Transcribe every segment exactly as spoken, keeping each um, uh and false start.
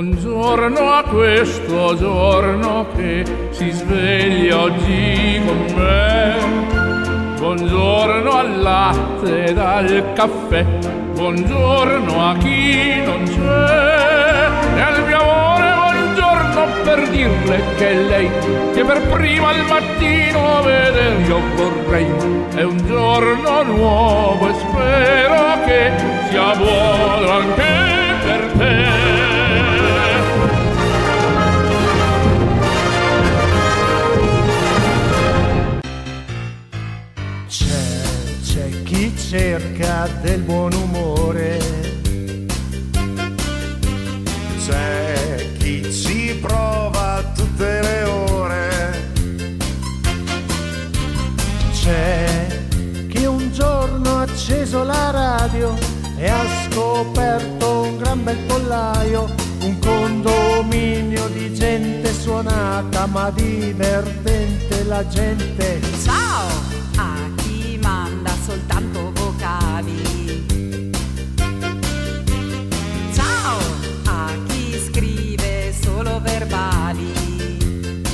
Buongiorno a questo giorno che si sveglia oggi con me. Buongiorno al latte ed al caffè. Buongiorno a chi non c'è. E al mio amore buongiorno per dirle che è lei che per prima al mattino vedere io vorrei. È un giorno nuovo e spero che sia buono anche per te. Chi cerca del buon umore, c'è chi ci prova tutte le ore, c'è chi un giorno ha acceso la radio e ha scoperto un gran bel pollaio, un condominio di gente suonata ma divertente la gente. Ciao! Soltanto vocali. Ciao a chi scrive solo verbali.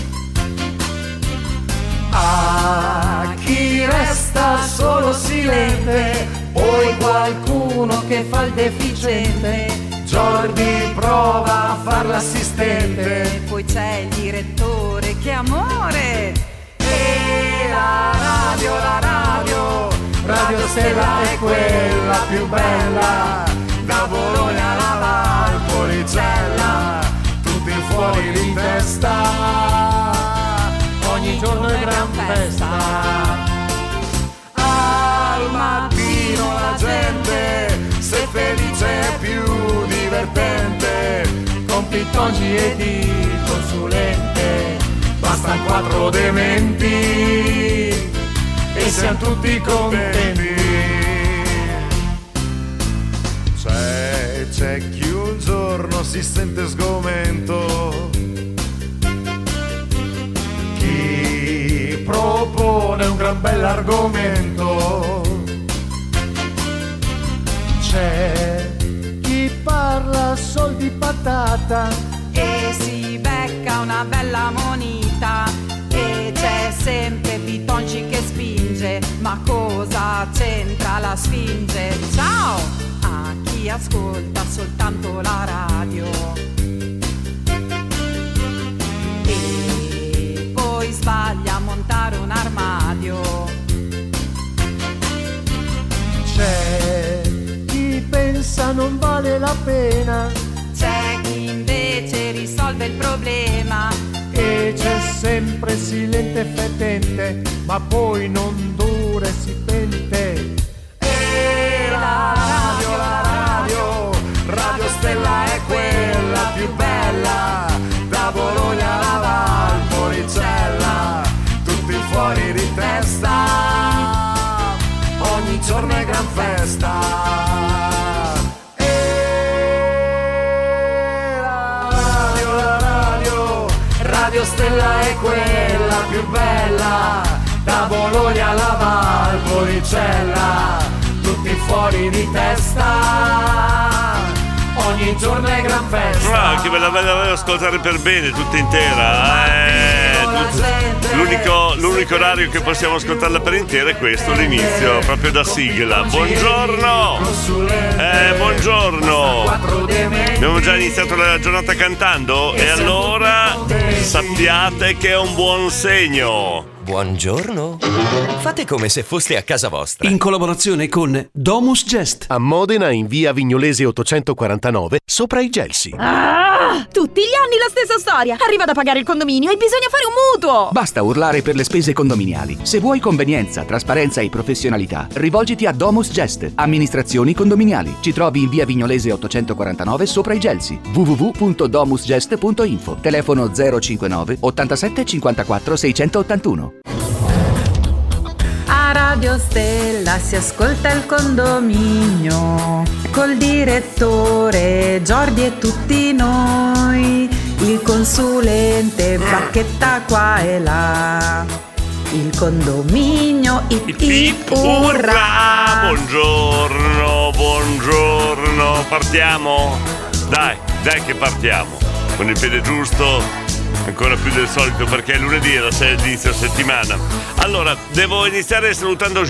A chi resta solo silente, poi qualcuno che fa il deficiente. Jordi prova a far l'assistente. Poi c'è il direttore, che amore. E la radio, la radio Radio Stella è quella più bella, da Bologna alla Valpolicella, tutti fuori di testa, ogni giorno è gran festa. Al mattino la gente, se felice è più divertente, con Pittongi ed il consulente, bastano quattro dementi e siamo tutti contenti. C'è, c'è chi un giorno si sente sgomento, chi propone un gran bell'argomento, c'è chi parla sol di patata e si becca una bella moneta. E c'è sempre Pitonci che spinge, ma cosa c'entra la Sfinge? Ciao a chi ascolta soltanto la radio e poi sbaglia a montare un armadio. C'è chi pensa non vale la pena, c'è chi invece risolve il problema. E c'è sempre silente e fetente, ma poi non dura e si pente. E la radio, la radio, Radio Stella è quella più bella, da Bologna alla Valpolicella, tutti fuori di testa, ogni giorno è gran festa. Radio Stella è quella più bella, da Bologna alla Valpolicella, tutti fuori di testa, ogni giorno è gran festa. Ah, che bella bella bella ascoltare per bene, tutta intera. Eh, tut- l'unico, l'unico orario che possiamo ascoltarla per intera è questo, l'inizio, proprio da sigla. Buongiorno! Eh, buongiorno! Abbiamo già iniziato la giornata cantando e allora sappiate che è un buon segno. Buongiorno. Fate come se foste a casa vostra. In collaborazione con Domus Gest. A Modena, in via Vignolese ottocentoquarantanove, sopra i Gelsi. Ah, tutti gli anni la stessa storia. Arriva da pagare il condominio e bisogna fare un mutuo. Basta urlare per le spese condominiali. Se vuoi convenienza, trasparenza e professionalità, rivolgiti a Domus Gest, amministrazioni condominiali. Ci trovi in via Vignolese ottocentoquarantanove, sopra i Gelsi. w w w punto domus gest punto info. Telefono zero cinquantanove ottantasette cinquantaquattro seicentottantuno. A Radio Stella si ascolta il condominio col direttore Jordi e tutti noi, il consulente Bacchetta qua e là, il condominio ip ip urrà. Buongiorno, buongiorno, partiamo? Dai, dai che partiamo con il piede giusto, ancora più del solito perché è lunedì e la sei inizio settimana. Allora, devo iniziare salutando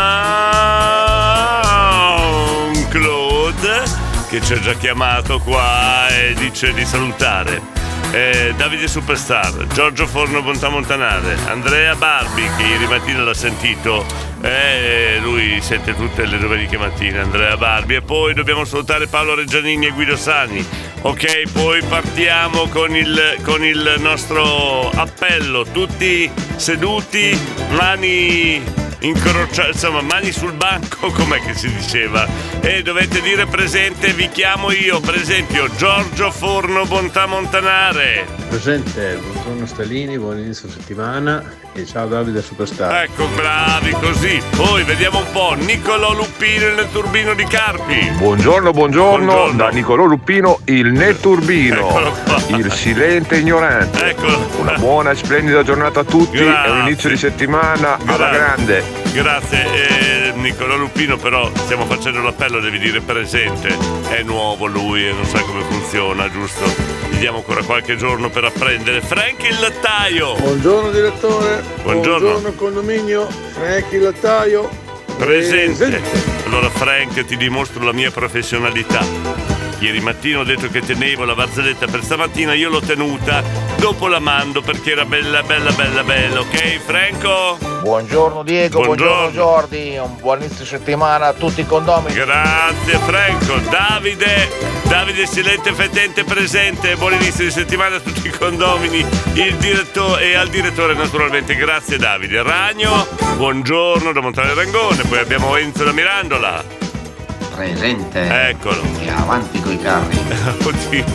Jean-Claude che ci ha già chiamato qua e dice di salutare Eh, Davide Superstar, Giorgio Forno Bontà Montanare, Andrea Barbi che ieri mattina l'ha sentito, eh, lui sente tutte le domeniche mattine, Andrea Barbi, e poi dobbiamo salutare Paolo Reggianini e Guido Sani. Ok, poi partiamo con il, con il nostro appello, tutti seduti, mani incrociate, insomma mani sul banco, com'è che si diceva, e dovete dire presente, vi chiamo io, per esempio Giorgio Forno Bontà Montanare. Presente, buongiorno Stalini, buon inizio settimana e ciao Davide Superstar. Ecco, bravi così. Poi vediamo un po' Nicolò Luppino il netturbino di Carpi. Buongiorno, buongiorno, buongiorno. Da Nicolò Luppino il netturbino, il silente ignorante. Eccolo. Una buona e splendida giornata a tutti. Grazie. E un inizio di settimana Grazie. alla grande. Grazie, eh, Nicolò Luppino, però stiamo facendo l'appello, devi dire presente. È nuovo lui e non sa come funziona, giusto? Gli diamo ancora qualche giorno per apprendere. Frank il lattaio. Buongiorno direttore. Buongiorno. Buongiorno condominio. Frank il lattaio. Presente. Presente. Allora Frank, ti dimostro la mia professionalità. Ieri mattina ho detto che tenevo la barzelletta per stamattina, io l'ho tenuta, dopo la mando perché era bella bella bella bella, ok Franco? Buongiorno Diego, buongiorno, buongiorno Jordi, un buon inizio settimana a tutti i condomini. Grazie Franco. Davide, Davide Silente Fetente presente, buon inizio di settimana a tutti i condomini, il direttore e al direttore naturalmente, grazie Davide. Ragno, buongiorno da Montale Rangone, poi abbiamo Enzo da Mirandola. Presente. Eccolo. E avanti coi carri. Oddio,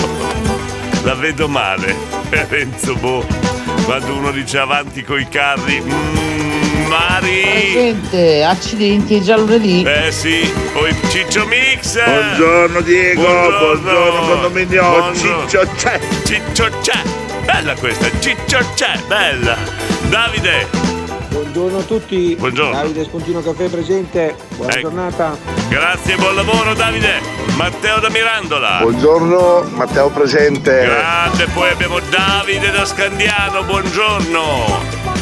la vedo male. Enzo Boh, quando uno dice avanti coi carri. Mm, Mari. Presente, accidenti, è già lunedì. Eh sì, poi Ciccio Mix. Buongiorno Diego, buongiorno, buongiorno condominio. Buongiorno. Ciccio c'è. Ciccio c'è. Bella questa, Ciccio c'è, bella. Davide. Buongiorno a tutti. Buongiorno. Davide Spuntino Caffè presente. Buona Ecco. giornata. Grazie, buon lavoro Davide. Matteo da Mirandola. Buongiorno, Matteo presente. Grande, poi abbiamo Davide da Scandiano, buongiorno.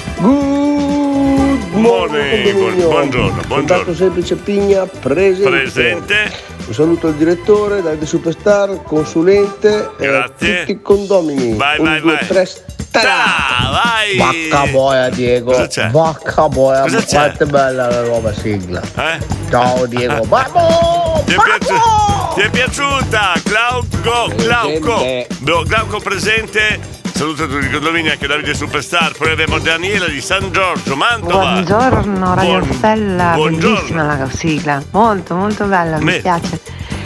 Good morning. Buongiorno, buongiorno. Contatto semplice Pigna, presente. Presente. Un saluto al direttore, Davide Superstar, consulente. Grazie. E a tutti i condomini. Vai, Un, vai, due, vai. tre, Ta, vai. Vacca boia Diego. Cosa c'è? Vacca boia, Cosa ma c'è? quanto è bella la nuova sigla. Eh? Ciao Diego. Vamo! Ti è, piaci- ti è piaciuta? Glauco, Glauco. No, Glauco presente. Saluto tutti i condomini, anche Davide Superstar. Poi abbiamo Daniela di San Giorgio, Mantova. Buongiorno Radio Buon- Stella, buongiorno. bellissima la sigla, molto molto bella, Me- mi piace.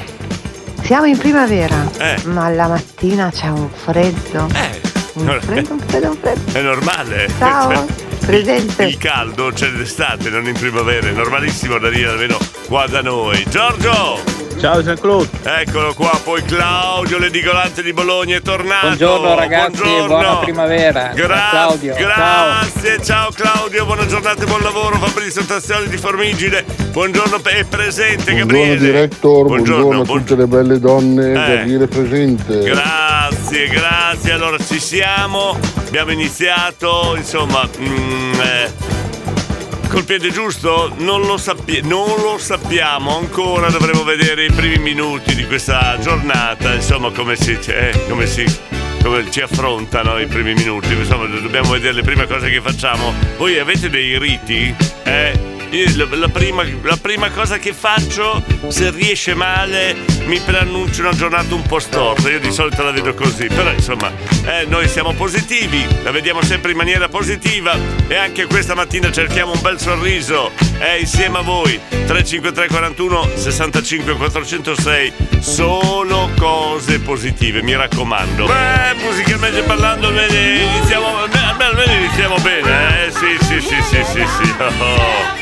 Siamo in primavera, Eh. ma la mattina c'è un freddo. Eh. Un freddo, un freddo, un freddo. È normale. Ciao, Cioè, presente. Il caldo c'è d'estate, non in primavera. È normalissimo da dire, almeno qua da noi. Giorgio! Ciao Jean-Claude. Eccolo qua, poi Claudio Ledigolante di Bologna è tornato. Buongiorno ragazzi, buongiorno. buona primavera. Gra- Claudio. Grazie, ciao. ciao Claudio, buona giornata e buon lavoro. Fabrizio Tassioli di Formigine, buongiorno, è presente Buongiorno Gabriele. director, buongiorno, buongiorno a tutte le belle donne, Eh. Gabriele presente. Grazie, grazie. Allora ci siamo, abbiamo iniziato, insomma, mm, eh, col piede giusto? Non lo, sappi- non lo sappiamo ancora, dovremo vedere i primi minuti di questa giornata, insomma come si, eh, come si come ci affrontano i primi minuti, insomma dobbiamo vedere le prime cose che facciamo. Voi avete dei riti? Eh? Io, la, la, prima, la prima cosa che faccio, se riesce male, mi preannuncio una giornata un po' storta. Io di solito la vedo così, però insomma, eh, noi siamo positivi, la vediamo sempre in maniera positiva e anche questa mattina cerchiamo un bel sorriso. Eh, insieme a voi, tre cinque tre quarantuno sessantacinque quattrocentosei, solo cose positive, mi raccomando. Beh, musicalmente parlando, almeno iniziamo, almeno, almeno iniziamo bene, eh, sì, sì, sì, sì, sì, sì. Oh.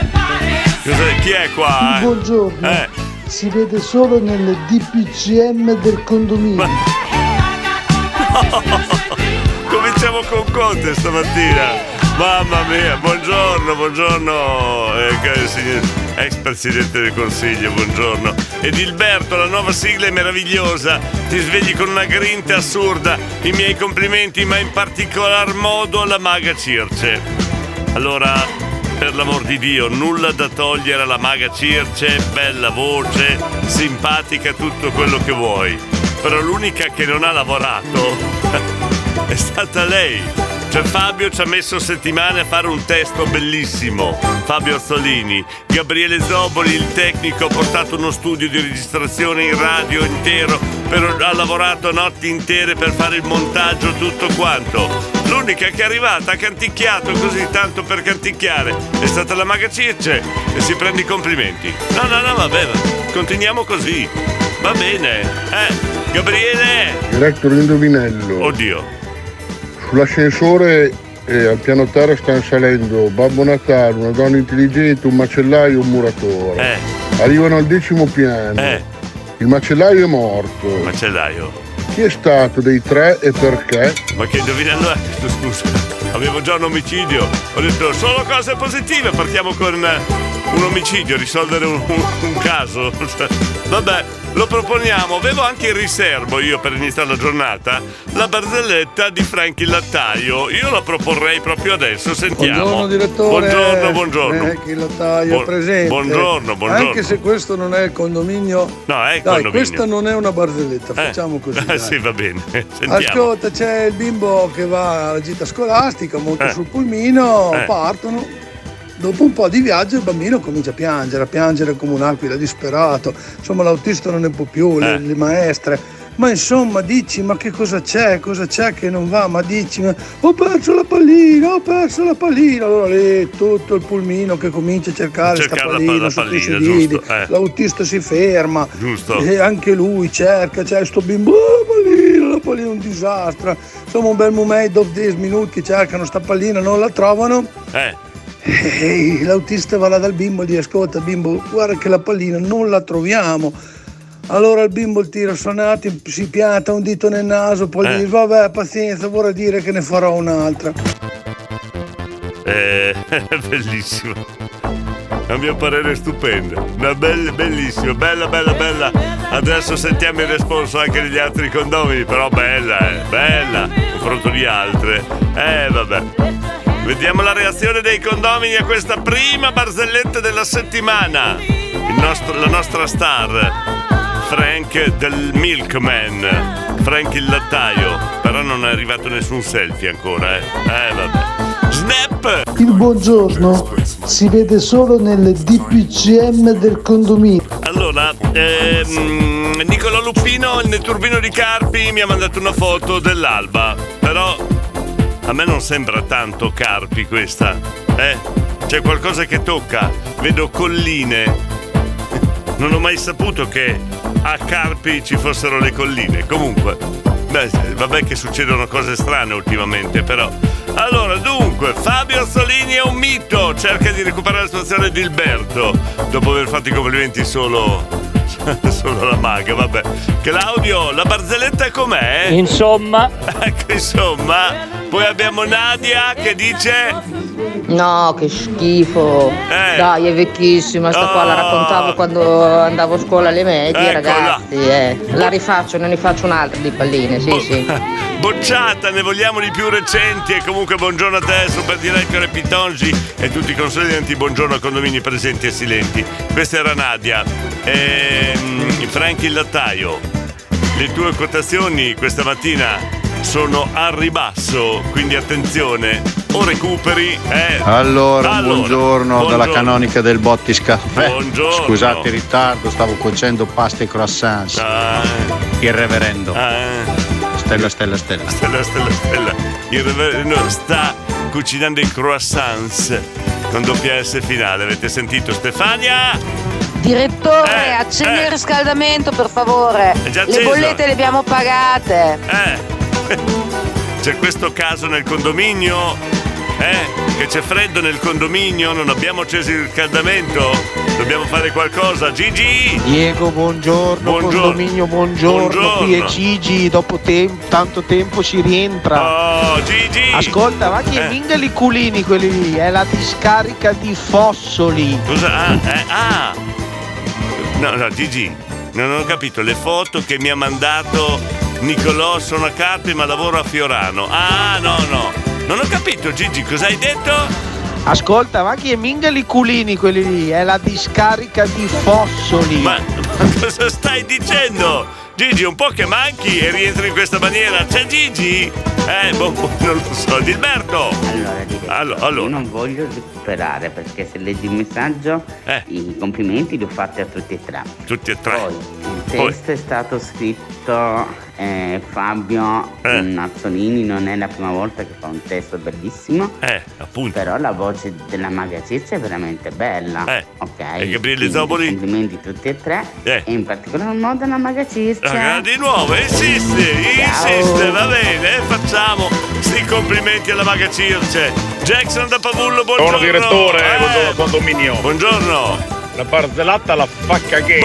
Cos'è? Chi è qua? Eh? Buongiorno. Eh. Si vede solo nel D P C M del condominio. Cominciamo con Conte stamattina. Mamma mia, buongiorno, buongiorno, eh, signor, ex presidente del Consiglio, buongiorno. Ed Ilberto, la nuova sigla è meravigliosa, ti svegli con una grinta assurda. I miei complimenti, ma in particolar modo alla maga Circe. Allora, per l'amor di Dio, nulla da togliere alla maga Circe, bella voce, simpatica, tutto quello che vuoi. Però l'unica che non ha lavorato è stata lei. Cioè Fabio ci ha messo settimane a fare un testo bellissimo, Fabio Azzolini. Gabriele Zoboli, il tecnico, ha portato uno studio di registrazione in radio intero, per, ha lavorato notti intere per fare il montaggio, tutto quanto. L'unica che è arrivata, ha canticchiato così tanto per canticchiare, è stata la maga Circe, e si prende i complimenti. No, no, no, vabbè, continuiamo così, va bene. Eh, Gabriele! Director indovinello. Oddio. Sull'ascensore eh, al piano terra stanno salendo Babbo Natale, una donna intelligente, un macellaio e un muratore. Eh. Arrivano al decimo piano. Eh. Il macellaio è morto. Macellaio. Chi è stato dei tre e perché? Ma che indovinello è? Scusa, avevo già un omicidio. Ho detto solo cose positive, partiamo con un omicidio, risolvere un, un, un caso. Vabbè, lo proponiamo. Avevo anche in riservo io per iniziare la giornata la barzelletta di Frank il lattaio. Io la proporrei proprio adesso, sentiamo. Buongiorno direttore. Buongiorno, buongiorno. Frank il lattaio Buon, presente. Buongiorno, buongiorno. Anche se questo non è il condominio. No, è il dai, condominio. questa non è una barzelletta, eh. facciamo così. Eh, sì, va bene. Sentiamo. Ascolta, c'è il bimbo che va alla gita scolastica, monta Eh. sul pulmino, Eh. partono. Dopo un po' di viaggio il bambino comincia a piangere, a piangere come un'aquila disperato. Insomma, l'autista non ne può più, le, Eh. le maestre. Ma insomma, dici, ma che cosa c'è? Cosa c'è che non va? Ma dici, ma ho perso la pallina, ho perso la pallina. Allora lì tutto il pulmino che comincia a cercare sta Cercare la pallina, palla- sotto i pallina, sedili. giusto, eh. L'autista si ferma. Giusto. E anche lui cerca, c'è sto bimbo, oh, la pallina, la pallina è un disastro. Insomma, un bel momento, dopo dieci minuti che cercano sta pallina, non la trovano. Eh. E l'autista va là dal bimbo e gli ascolta, bimbo, guarda che la pallina non la troviamo. Allora il bimbo il tira sonati, si pianta un dito nel naso, poi Eh. gli dice vabbè pazienza, vorrà dire che ne farò un'altra. Eh, bellissimo. A mio parere è stupendo. Una bella, bellissima, bella, bella, bella. Adesso sentiamo il responso anche degli altri condomini, però bella, eh, bella, confronto di altre. Eh, vabbè. Vediamo la reazione dei condomini a questa prima barzelletta della settimana. Il nostro, la nostra star, Frank del Milkman, Frank il lattaio. Però non è arrivato nessun selfie ancora, eh. Eh, vabbè. Snap! Il buongiorno si vede solo nelle D P C M del condominio. Allora, ehm, Nicolò Lupino, il turbino di Carpi, mi ha mandato una foto dell'alba. Però a me non sembra tanto Carpi questa, eh? C'è qualcosa che tocca. Vedo colline. Non ho mai saputo che a Carpi ci fossero le colline. Comunque, beh, vabbè che succedono cose strane ultimamente, però. Allora, dunque, Fabio Azzolini è un mito. Cerca di recuperare la situazione di Ilberto dopo aver fatto i complimenti solo solo alla maga, vabbè. Claudio, la barzelletta com'è? Insomma. Ecco, insomma. Poi abbiamo Nadia che dice... No, che schifo. Eh. Dai, è vecchissima, sta qua la Oh. raccontavo quando andavo a scuola alle medie, Eccola. ragazzi. Eh. La rifaccio, ne rifaccio un'altra di palline, sì, sì. Bocciata, ne vogliamo di più recenti. E comunque buongiorno a te, Super Director e Pitongi e tutti i consulenti. Buongiorno a condomini presenti e silenti. Questa era Nadia. Ehm, Frank il lattaio. Le tue quotazioni questa mattina sono a ribasso, quindi attenzione, o recuperi. Eh. Allora, Allora, buongiorno, dalla buongiorno. canonica del Bottis Caffè. Buongiorno. Scusate il ritardo, stavo cuocendo pasta e croissants. Ah. Il reverendo. Ah. Stella, stella, stella. Stella, stella, stella. Il reverendo sta cucinando i croissants con doppia S finale. Avete sentito, Stefania? Direttore, Eh, accendi eh. il riscaldamento per favore. È già Le acceso. bollette le abbiamo pagate. Eh. C'è questo caso nel condominio? Eh? Che c'è freddo nel condominio? Non abbiamo acceso il riscaldamento? Dobbiamo fare qualcosa? Gigi! Diego, buongiorno, Buongiorno. condominio, buongiorno. Buongiorno. Qui è Gigi, dopo tem- tanto tempo si rientra. Oh, Gigi! Ascolta, ma che Eh. mingali culini quelli lì, è la discarica di Fossoli. Cosa? Ah, eh, ah! No, no, Gigi, Non ho capito, le foto che mi ha mandato Nicolò sono a Carpi ma lavoro a Fiorano. Ah, no, no. Non ho capito, Gigi, cosa hai detto? Ascolta, ma chi è mingali culini quelli lì? È la discarica di Fossoli. Ma, ma cosa stai dicendo? Gigi, un po' che manchi e rientri in questa maniera. C'è Gigi? Eh, boh, non lo so. Gilberto! Allora, dico, allora, allora. io non voglio recuperare perché se leggi il messaggio eh. i complimenti li ho fatti a tutti e tre. Tutti e tre. Poi il testo Poi. è stato scritto eh, Fabio eh. Nazzolini, non è la prima volta che fa un testo bellissimo. Eh, appunto. Però la voce della Maga Ciccia è veramente bella. Eh. Ok. E Gabriele Zoboli? Complimenti tutti e tre. Eh. E in particolar modo alla Maga Ciccia. Ah, di nuovo, insiste, insiste, va bene, facciamo sti complimenti alla Maga Circe. Jackson da Pavullo, buongiorno. Buongiorno direttore, eh. buongiorno condominio. Buongiorno. La barzellata la fa caghe.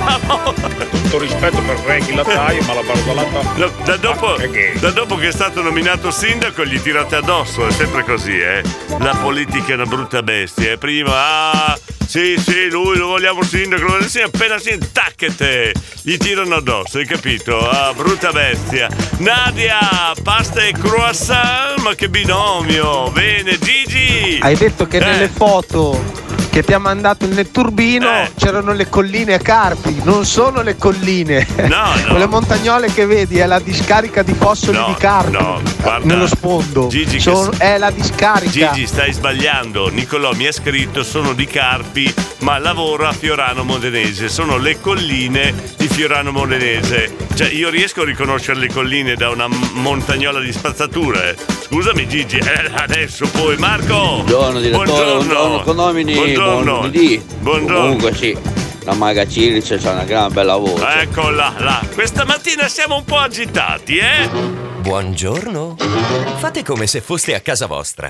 Tutto rispetto per Franky Lattaio, ma la barzellata da, da, dopo, fa caghe. Da dopo che è stato nominato sindaco gli tirate addosso, è sempre così, eh. La politica è una brutta bestia, eh. Prima, ah, sì, sì, lui lo vogliamo sindaco, sì, appena si intacchete, gli tirano addosso, hai capito? Ah, brutta bestia. Nadia, pasta e croissant, ma che binomio. Bene, Gigi. Hai detto che eh. nelle foto che ti ha mandato il netturbino eh. c'erano le colline a Carpi, non sono le colline. No, no. Quelle montagnole che vedi è la discarica di Fossoli no, di Carpi. No, guarda. Nello sfondo. Gigi, sono, che... è la discarica. Gigi, stai sbagliando. Nicolò mi ha scritto, sono di Carpi, ma lavoro a Fiorano Modenese. Sono le colline di Fiorano Modenese. Cioè, io riesco a riconoscere le colline da una montagnola di spazzatura, eh. Scusami Gigi, eh, adesso poi Marco. Buongiorno direttore, buongiorno, buongiorno condomini. Buongiorno. Buon lunedì. Buongiorno. Comunque sì, la Maga Circe c'ha una gran bella voce. Eccola là. Questa mattina siamo un po' agitati, eh? Buongiorno. Fate come se foste a casa vostra.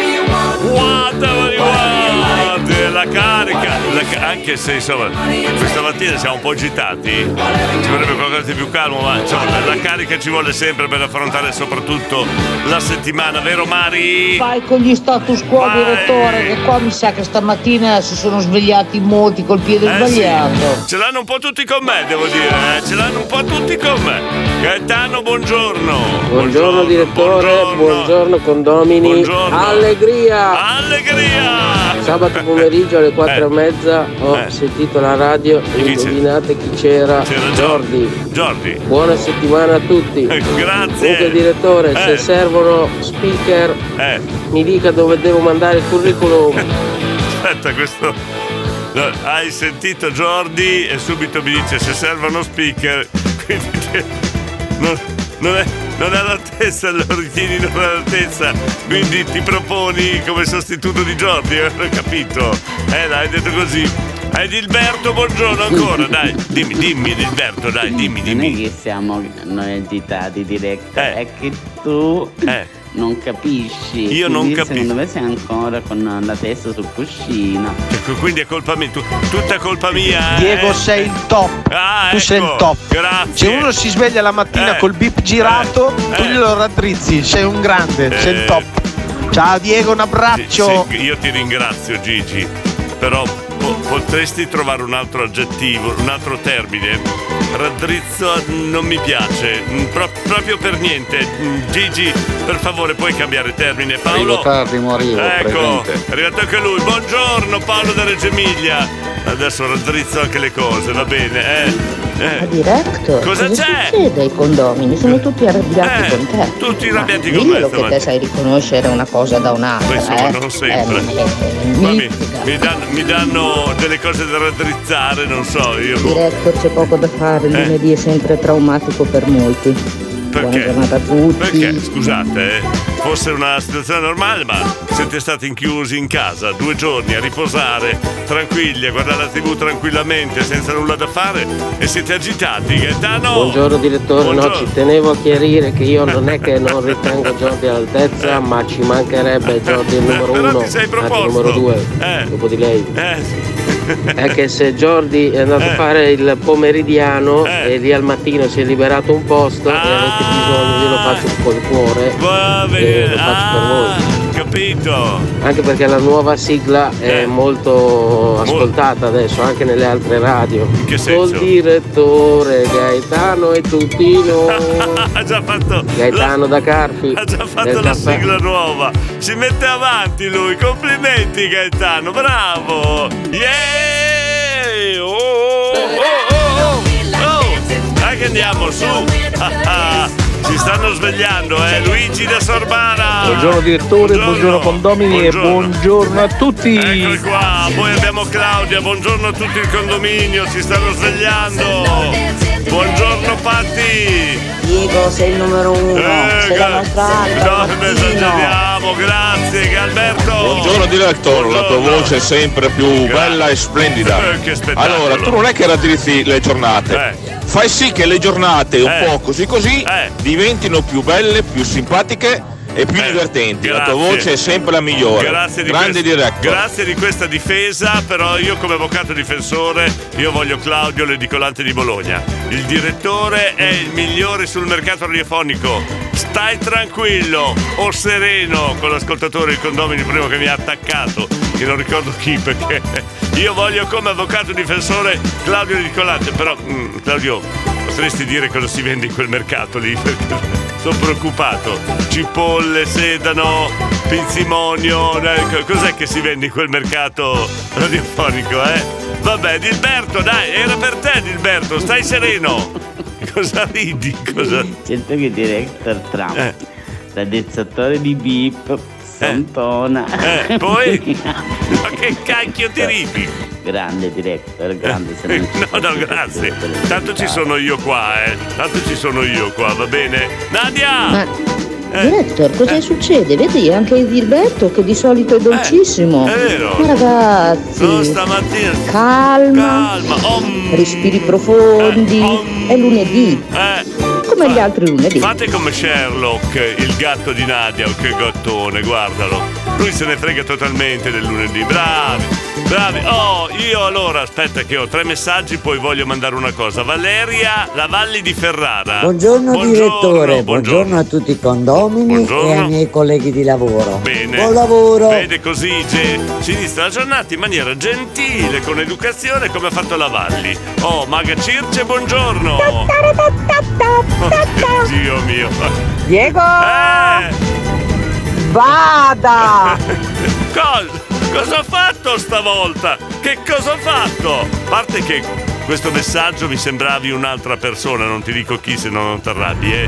Guarda, guarda, la carica. La, anche se insomma questa mattina siamo un po' agitati, ci vorrebbe qualcosa di più calmo, ma insomma la carica ci vuole sempre per affrontare soprattutto la settimana, vero Mari? Vai con gli status quo, Vai. Direttore, che qua mi sa che stamattina si sono svegliati molti col piede Eh sbagliato. sì. Ce l'hanno un po' tutti con me, devo dire, eh? Ce l'hanno un po' tutti con me. Gaetano, buongiorno. Buongiorno direttore, buongiorno, buongiorno condomini. Buongiorno. Allegria! Allegria! Sabato pomeriggio alle quattro eh. e mezza ho eh. sentito la radio e indovinate chi c'era? C'era Jordi. Jordi. Buona settimana a tutti. Grazie. Comunque direttore, eh. se servono speaker eh. mi dica dove devo mandare il curriculum. Aspetta, questo... No, hai sentito Jordi e subito mi dice se servono speaker, quindi non, non è... non è all'altezza, lo ritieni non è all'altezza, quindi ti proponi come sostituto di Jordi, ho capito? Eh, l'hai detto così. Edilberto, buongiorno ancora, dai, dimmi, dimmi Edilberto, dai, dimmi, dimmi. Non è che siamo noi agitati diretta, Eh. è che tu Eh. non capisci. Io non Quindi capisco. Secondo me sei ancora con la testa sul cuscino. Ecco, quindi è colpa mia, tu, tutta colpa mia. Diego eh? sei il top. Ah, tu ecco, sei il top. Grazie. Se uno si sveglia la mattina Eh. col bip girato, Eh. tu glielo raddrizzi, sei un grande, Eh. sei il top. Ciao Diego, un abbraccio. Sì, sì, io ti ringrazio Gigi, però po- potresti trovare un altro aggettivo, un altro termine. Raddrizzo non mi piace, pro- proprio per niente. Gigi, per favore puoi cambiare termine. Paolo. Arrivo tardi, mo arrivo, Ecco, presente. è arrivato anche lui. Buongiorno Paolo da Reggio Emilia. Adesso raddrizzo anche le cose, va bene, eh? Eh. Director, Cosa c'è? succede ai condomini? Sono tutti arrabbiati Eh, con te. tutti Ma arrabbiati con me diglielo che stamattina. te sai riconoscere una cosa da un'altra. Poi insomma eh? non sempre. Eh, eh, Ma mi, mitiga. mi danno, mi danno delle cose da raddrizzare, non so, io. Director, c'è poco da fare, il Eh. lunedì è sempre traumatico per molti. Buona Perché? giornata a tutti. Perché? Scusate, eh, fosse una situazione normale, ma siete stati chiusi in casa due giorni a riposare, tranquilli, a guardare la tivù tranquillamente, senza nulla da fare, e siete agitati, Gaetano? Buongiorno direttore, Buongiorno. no, ci tenevo a chiarire che io non è che non ritengo Jordi all'altezza, ma ci mancherebbe Jordi il numero Però uno, ti sei anzi il proposto. numero due, Eh. dopo di lei. Eh. È che se Jordi è andato Eh. a fare il pomeridiano Eh. e lì al mattino si è liberato un posto e avete bisogno, io lo faccio col cuore Va e bene, lo faccio per voi. ah, capito. Anche perché la nuova sigla è eh. molto ascoltata adesso anche nelle altre radio. In che senso? Col direttore Gaetano e Tutino. Ha già fatto Gaetano la... da Carpi. Ha già fatto la caffè. Sigla nuova. Si mette avanti lui. Complimenti Gaetano, bravo. Yeah! Oh, oh, oh, oh, oh. Dai che andiamo su. Si stanno svegliando, eh? Luigi da Sorbara. Buongiorno direttore, buongiorno, buongiorno condomini buongiorno. E buongiorno a tutti. Eccoli qua, poi abbiamo Claudia, buongiorno a tutto il condominio, si stanno svegliando. Buongiorno Patti. Diego, sei il numero uno, eh, sei la nostra alba. No, esageriamo, grazie Alberto. Buongiorno direttore, la tua voce è sempre più bella e splendida. Eh, che spettacolo. Allora, tu non è che raddrizzi le giornate. Eh. Fai sì che le giornate un eh. po' così così eh. diventino più belle, più simpatiche e più eh. divertenti. Grazie. La tua voce è sempre la migliore. Grazie di Grande questo, director. Grazie di questa difesa, però io come avvocato difensore io voglio Claudio l'edicolante di Bologna. Il direttore è il migliore sul mercato radiofonico. Stai tranquillo o sereno con l'ascoltatore il condomini prima che mi ha attaccato, che non ricordo chi, perché io voglio come avvocato difensore Claudio l'edicolante, però mm, Claudio potresti dire cosa si vende in quel mercato lì, perché sono preoccupato. Cipolle, sedano, pinzimonio, cos'è che si vende in quel mercato radiofonico, eh? Vabbè, Dilberto, dai, era per te Dilberto, stai sereno. Cosa ridi? Cosa... Certo che director Trump, eh. raddrizzatore di Beep, Santona. Eh, eh, poi? Ma che cacchio ti ridi? Grande director, grande se non No, no, grazie. Tanto ci sono io qua, eh. Tanto ci sono io qua, va bene? Nadia! Ma... Eh. Director, cosa eh. succede? Vedi, anche il Dilberto che di solito è dolcissimo. Eh, è vero. Ma ragazzi, no, stamattina. Calma, calma. Om. Respiri profondi. Eh. Om. È lunedì. Eh. Come gli altri lunedì. Fate come Sherlock, il gatto di Nadia, che gattone, guardalo. Lui se ne frega totalmente del lunedì. Bravi, bravi. Oh, io allora, aspetta che ho tre messaggi, poi voglio mandare una cosa. Valeria Lavalli di Ferrara. Buongiorno, buongiorno direttore, buongiorno. buongiorno a tutti i condomini buongiorno. E ai miei colleghi di lavoro. Bene. Buon lavoro. Vede così, ge- si inizia la giornata in maniera gentile, con educazione, come ha fatto Lavalli. Oh, Maga Circe, buongiorno. Oh, Dio mio. Diego! Eh! Vada! Cosa? Cosa ho fatto stavolta? Che cosa ho fatto? A parte che questo messaggio mi sembravi un'altra persona, non ti dico chi se no non ti arrabbi, eh?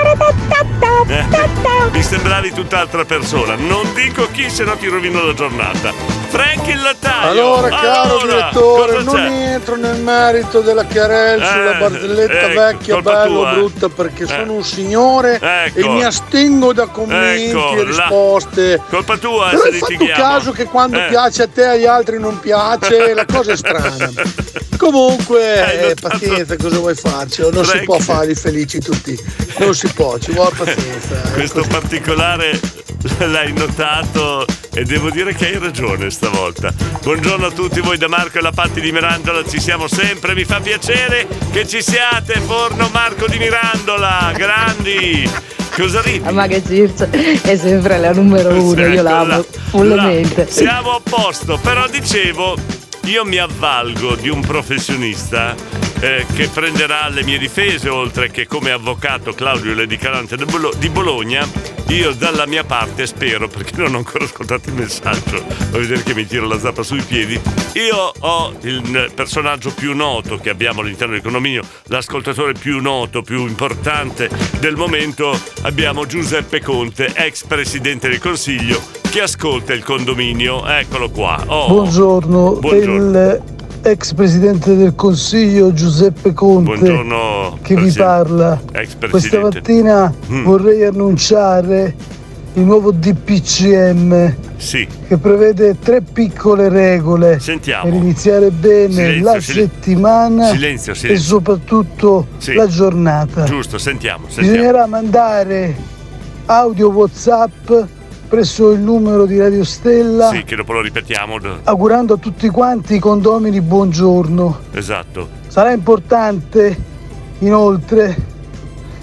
eh? Mi sembravi tutt'altra persona, non dico chi se no ti rovino la giornata. Frank il lattaio. Allora, caro allora, direttore, non entro nel merito della Chiarel eh, sulla barzelletta eh, vecchia, bella o brutta, perché eh. sono un signore ecco. e mi astengo da commenti ecco, e risposte. La... Colpa tua, però se hai fatto caso che quando eh. piace a te agli altri non piace, la cosa è strana. Comunque, eh, pazienza, cosa vuoi farci? Non Frank. Si può farli felici tutti, non si può, ci vuole pazienza. Questo ecco. particolare l'hai notato e devo dire che hai ragione stavolta. Buongiorno a tutti voi da Marco e la Patti di Mirandola, ci siamo sempre, mi fa piacere che ci siate. Forno Marco di Mirandola, grandi. Cosa ridi? Ma che Circe è sempre la numero uno, ecco, io l'amo follemente. Siamo a posto, però dicevo, io mi avvalgo di un professionista eh, che prenderà le mie difese, oltre che come avvocato Claudio l'edicolante di Bologna. Io dalla mia parte spero, perché non ho ancora ascoltato il messaggio, vuoi vedere che mi tiro la zappa sui piedi. Io ho il personaggio più noto che abbiamo all'interno del condominio, l'ascoltatore più noto, più importante del momento. Abbiamo Giuseppe Conte, ex presidente del Consiglio, che ascolta il condominio. Eccolo qua. Oh. Buongiorno, Buongiorno. Il ex presidente del Consiglio Giuseppe Conte. Buongiorno, che vi parla. Ex Questa mattina mm. vorrei annunciare il nuovo D P C M sì. che prevede tre piccole regole Sentiamo. per iniziare bene silenzio, la silen- settimana silenzio, silenzio. e soprattutto sì. la giornata. Giusto, sentiamo, sentiamo. Bisognerà mandare audio WhatsApp presso il numero di Radio Stella. Sì, che dopo lo ripetiamo. Augurando a tutti quanti i condomini buongiorno. Esatto. Sarà importante inoltre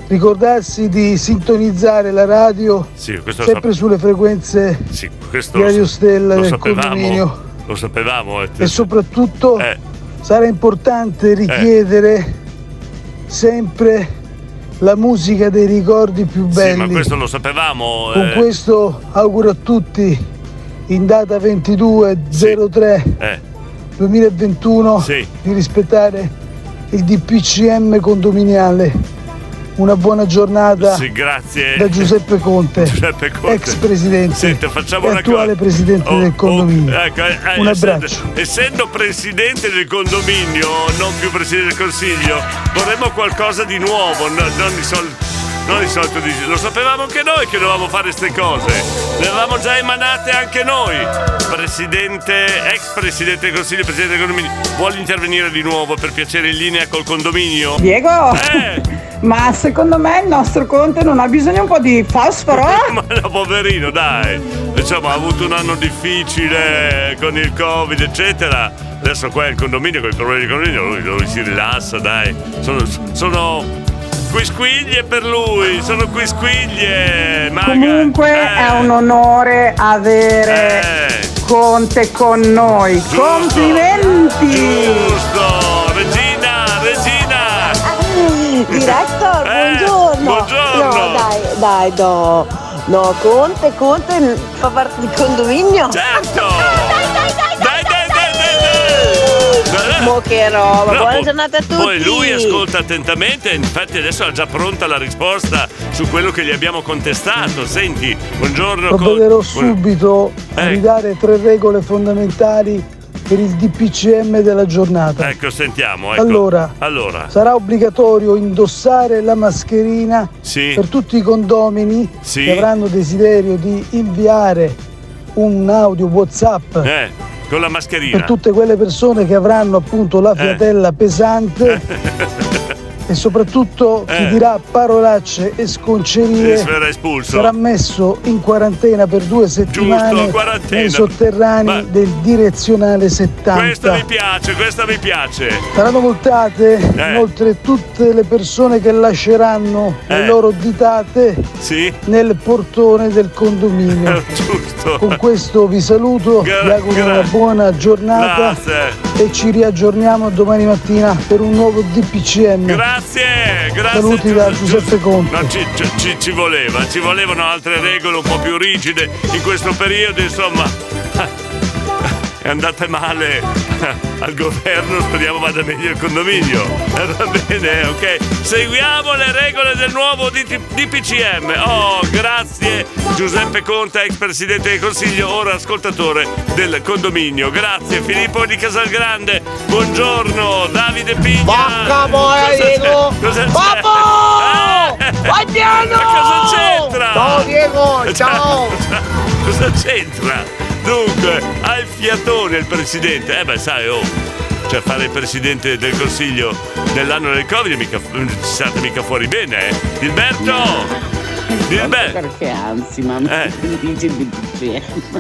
ricordarsi di sintonizzare la radio Sì, questo sempre lo sap- sulle frequenze sì, questo di lo, Radio Stella lo del sapevamo, condominio. lo sapevamo. Eh. E soprattutto Eh. sarà importante richiedere sempre la musica dei ricordi più belli. Sì, ma questo lo sapevamo. Con eh. questo auguro a tutti in data ventidue zero tre Eh. duemilaventuno Sì. di rispettare il D P C M condominiale. Una buona giornata Sì, grazie. da Giuseppe Conte, Giuseppe Conte. ex presidente Senta, facciamo e una attuale cosa. presidente Oh, del condominio. oh, ecco, eh, Un essendo, abbraccio. essendo presidente del condominio, non più presidente del consiglio, vorremmo qualcosa di nuovo, no- non di sol- non di solito di- lo sapevamo anche noi che dovevamo fare queste cose, le avevamo già emanate anche noi. Presidente, ex presidente del consiglio, presidente del condominio, vuole intervenire di nuovo per piacere in linea col condominio? Diego? Eh! Ma secondo me il nostro Conte non ha bisogno un po' di fosforo? Ma no, poverino, dai. Diciamo, ha avuto un anno difficile con il Covid, eccetera. Adesso qua è il condominio, con i problemi di condominio, lui, lui si rilassa, dai. Sono, sono quisquiglie per lui, sono quisquiglie. Maga. Comunque Eh, è un onore avere Eh. Conte con noi. Giusto. Complimenti! Giusto, Regina, Regina. Diretto, Eh, buongiorno. buongiorno. No, dai, dai, no. No, Conte, Conte fa parte del condominio. Certo. Dai, dai, dai, dai, dai, dai. Mo che roba, No, buona poi- giornata a tutti. Poi lui ascolta attentamente, infatti adesso ha già pronta la risposta su quello che gli abbiamo contestato. Senti, buongiorno. Provvederò Col- subito a Eh. ridare tre regole fondamentali per il D P C M della giornata. Ecco, sentiamo. Ecco. Allora, allora. sarà obbligatorio indossare la mascherina Sì. per tutti i condomini Sì. che avranno desiderio di inviare un audio WhatsApp Eh, con la mascherina. per tutte quelle persone che avranno appunto la fiatella pesante e soprattutto chi Eh. dirà parolacce e sconcerie Sì, sarà espulso. sarà messo in quarantena per due settimane quarantena. nei sotterranei Ma- del direzionale settanta. Questa mi piace, questa mi piace. Saranno multate Eh. inoltre tutte le persone che lasceranno le Eh. loro ditate Sì. nel portone del condominio. Giusto. Con questo vi saluto, vi Gra- auguro gra- una buona giornata Grazie. e ci riaggiorniamo domani mattina per un nuovo D P C M. Grazie, grazie. Saluti da Giuseppe Conte. No, ci, ci- ci- ci voleva, ci volevano altre regole un po' più rigide in questo periodo, insomma. È andata male al governo, speriamo vada meglio il condominio. Eh, va bene, ok. Seguiamo le regole del nuovo D P C M. Oh, grazie Giuseppe Conte, ex presidente del Consiglio, ora ascoltatore del condominio. Grazie Filippo di Casalgrande. Buongiorno Davide Pigna. Bacca boia, Cosa c'è? Diego. Cosa c'è? Babbo! Eh, Vai piano! Ma cosa c'entra? Ciao, Diego, ciao. Cosa c'entra? Dunque, ha il fiatone il presidente. Eh beh, sai, oh, cioè fare il presidente del Consiglio nell'anno del Covid mica, ci siate mica fuori bene, eh? Dilberto! Dilberto! Perché anzi, mamma, Eh. dici D P C M.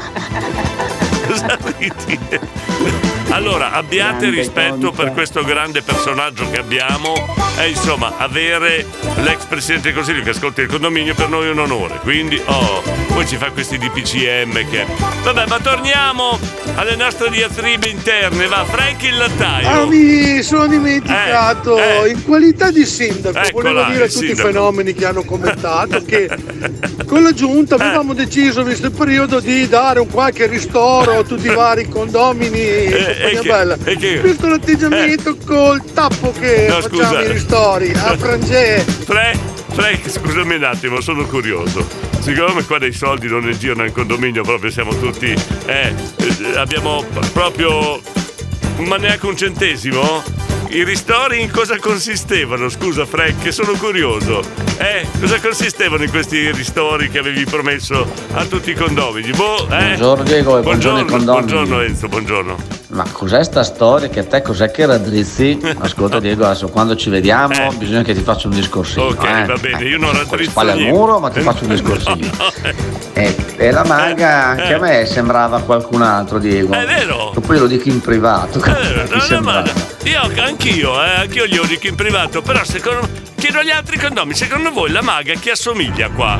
Cosa ridi? Allora, abbiate Grande rispetto Conte. per questo grande personaggio che abbiamo e insomma, avere l'ex presidente del Consiglio che ascolta il condominio per noi è un onore. Quindi, oh, poi ci fa questi D P C M che... Vabbè, ma torniamo alle nostre diatribe interne. Va, Frank il lattaio. Ah, mi sono dimenticato, Eh, eh. in qualità di sindaco, Eccola, volevo dire a il tutti sindaco. i fenomeni che hanno commentato che con la giunta avevamo deciso, visto il periodo, di dare un qualche ristoro a tutti i vari condomini e compagnia che- bella. e che- Visto l'atteggiamento col tappo che No, facciamo scusa. i ristori a Frangè. Frank, Frank, scusami un attimo, sono curioso. Siccome qua dei soldi non ne girano nel condominio, proprio siamo tutti. Eh, eh, abbiamo proprio. Ma neanche un centesimo? I ristori in cosa consistevano? Scusa Frank, che sono curioso. Eh, cosa consistevano in questi ristori che avevi promesso a tutti i condomini? Boh, eh? Buongiorno Diego e buongiorno ai condomini. Buongiorno Enzo, buongiorno. Ma cos'è sta storia che a te cos'è che raddrizzi? Ascolta Diego, adesso quando ci vediamo bisogna che ti faccia un discorsino. Ok, eh. va bene, io non Con le raddrizzo spalle al niente. muro, ma ti faccio un discorsino. E, e la maga anche a me sembrava qualcun altro, Diego. È vero. Poi lo dico in privato. Eh, ti no, no, sembrava. ma io anch'io, eh, anch'io glielo dico in privato, però secondo me. chiedo agli altri condomini, secondo voi la maga chi assomiglia qua?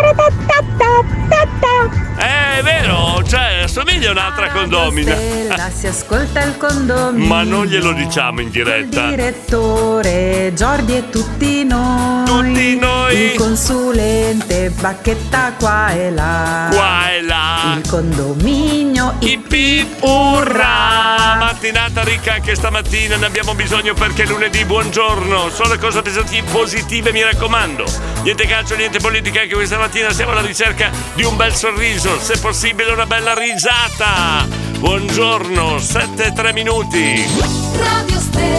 Eh, è vero, cioè assomiglia a un'altra condomina. Si ascolta il condominio. Ma non glielo diciamo in diretta. Il direttore, Jordi e tutti noi. Tutti noi. Il consulente, Bacchetta qua e là. Qua e là. Il condominio, ip ip urrà. Mattinata ricca anche stamattina, ne abbiamo bisogno perché è lunedì, buongiorno. Solo cose positive, mi raccomando. Niente calcio, niente politica, anche questa mattina siamo alla ricerca di un bel sorriso, se possibile una bella risata. Buongiorno, sette e tre minuti. Radio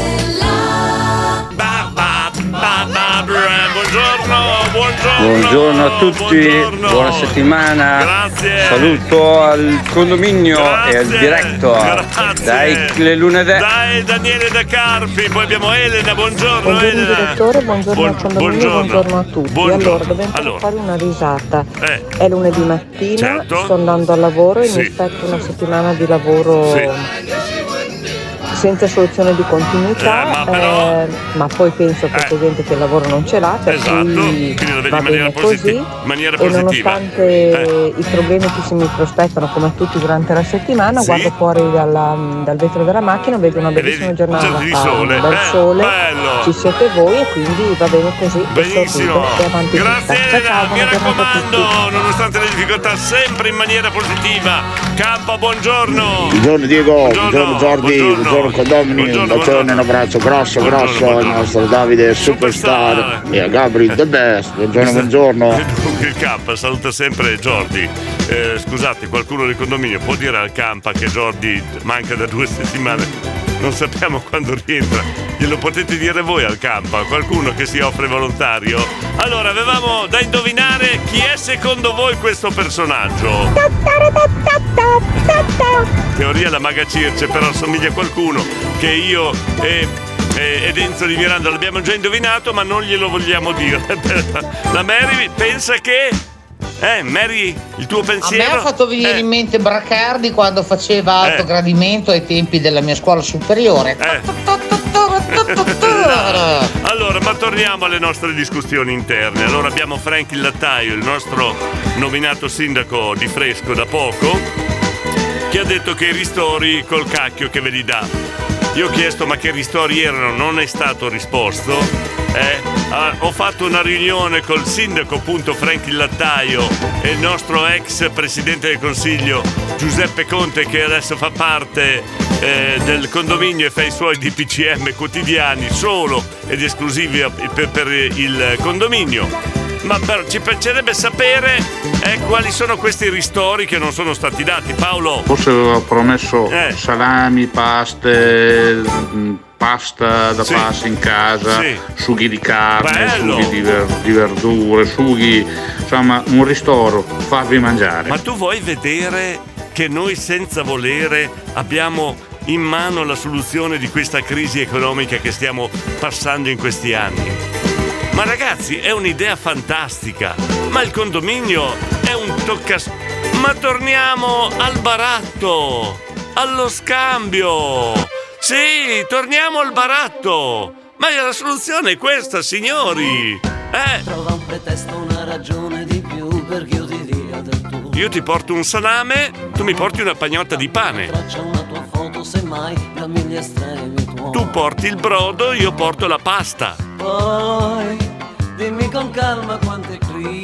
Stella. Ba, ba, ba, ba, bra. Buongiorno, buongiorno. Buongiorno a tutti, buongiorno. Buona settimana. Grazie. Saluto al condominio Grazie. e al director. Grazie. Dai le lunedì. Dai Daniele da Carpi, poi abbiamo Elena, buongiorno, buongiorno Elena. direttore, buongiorno Buon, al condominio, buongiorno. buongiorno a tutti. Buongiorno. Allora, dobbiamo Allora. fare una risata. Eh. È lunedì mattina, Certo. sto andando al lavoro e Sì. mi aspetto una settimana di lavoro Sì. senza soluzione di continuità, Eh, ma però- eh, ma poi penso che c'è gente che il lavoro non ce l'ha, per Esatto, cui quindi lo vedi va in maniera bene positi- così. maniera E positiva. nonostante Eh. i problemi che si mi prospettano come tutti durante la settimana, Sì. guardo fuori dalla- dal vetro della macchina, vedo una bellissima vedi? giornata, Giorni di fa sole. un bel Eh, sole, bello. ci siete voi e quindi va bene così. e Benissimo, sorrido e avanti grazie tutta. Elena, Ciao, ciao, mi buona giornata a tutti. raccomando, nonostante le difficoltà, sempre in maniera positiva. Campa, buongiorno. Buongiorno Diego, buongiorno Jordi, buongiorno condomini, un bacione, un abbraccio grosso grosso al nostro Davide Superstar e a Gabri The Best. Buongiorno, buongiorno. Dunque il Campa saluta sempre Jordi. Eh, scusate, qualcuno del condominio può dire al Campa che Jordi manca da due settimane? Non sappiamo quando rientra. Glielo potete dire voi al Campa, qualcuno che si offre volontario? Allora, avevamo da indovinare chi è secondo voi questo personaggio. Teoria la maga Circe, però assomiglia a qualcuno che io e, e, ed Enzo di Miranda l'abbiamo già indovinato, ma non glielo vogliamo dire. La Mary pensa che... Eh, Mary, il tuo A pensiero? me ha fatto venire Eh. in mente Bracardi quando faceva alto Eh. gradimento ai tempi della mia scuola superiore. Allora, ma torniamo alle nostre discussioni interne. Allora abbiamo Frank il Lattaio, il nostro nominato sindaco di Fresco da poco, che ha detto che i ristori col cacchio che ve li dà. Io ho chiesto ma che ristori erano, non è stato risposto. Eh, ah, ho fatto una riunione col sindaco appunto Frank il Lattaio e il nostro ex presidente del consiglio Giuseppe Conte, che adesso fa parte eh, del condominio e fa i suoi D P C M quotidiani solo ed esclusivi per, per il condominio. Ma però ci piacerebbe sapere eh, quali sono questi ristori che non sono stati dati. Paolo? Forse aveva promesso Eh. salami, paste, mh, pasta da Sì. farsi in casa, Sì. sughi di carne, Bello. sughi di, ver- di verdure, sughi, insomma un ristoro, farvi mangiare. Ma tu vuoi vedere che noi senza volere abbiamo in mano la soluzione di questa crisi economica che stiamo passando in questi anni? Ma ragazzi, è un'idea fantastica. Ma il condominio è un toccas... Ma torniamo al baratto, allo scambio. Sì, torniamo al baratto. Ma la soluzione è questa, signori. Eh? Trova un pretesto, una ragione di più perché io ti dia del tuo. Io ti porto un salame, tu mi porti una pagnotta di pane. Traccia una tua foto, semmai dammi gli estremi tuoi. Tu porti il brodo, io porto la pasta. Poi dimmi con calma quante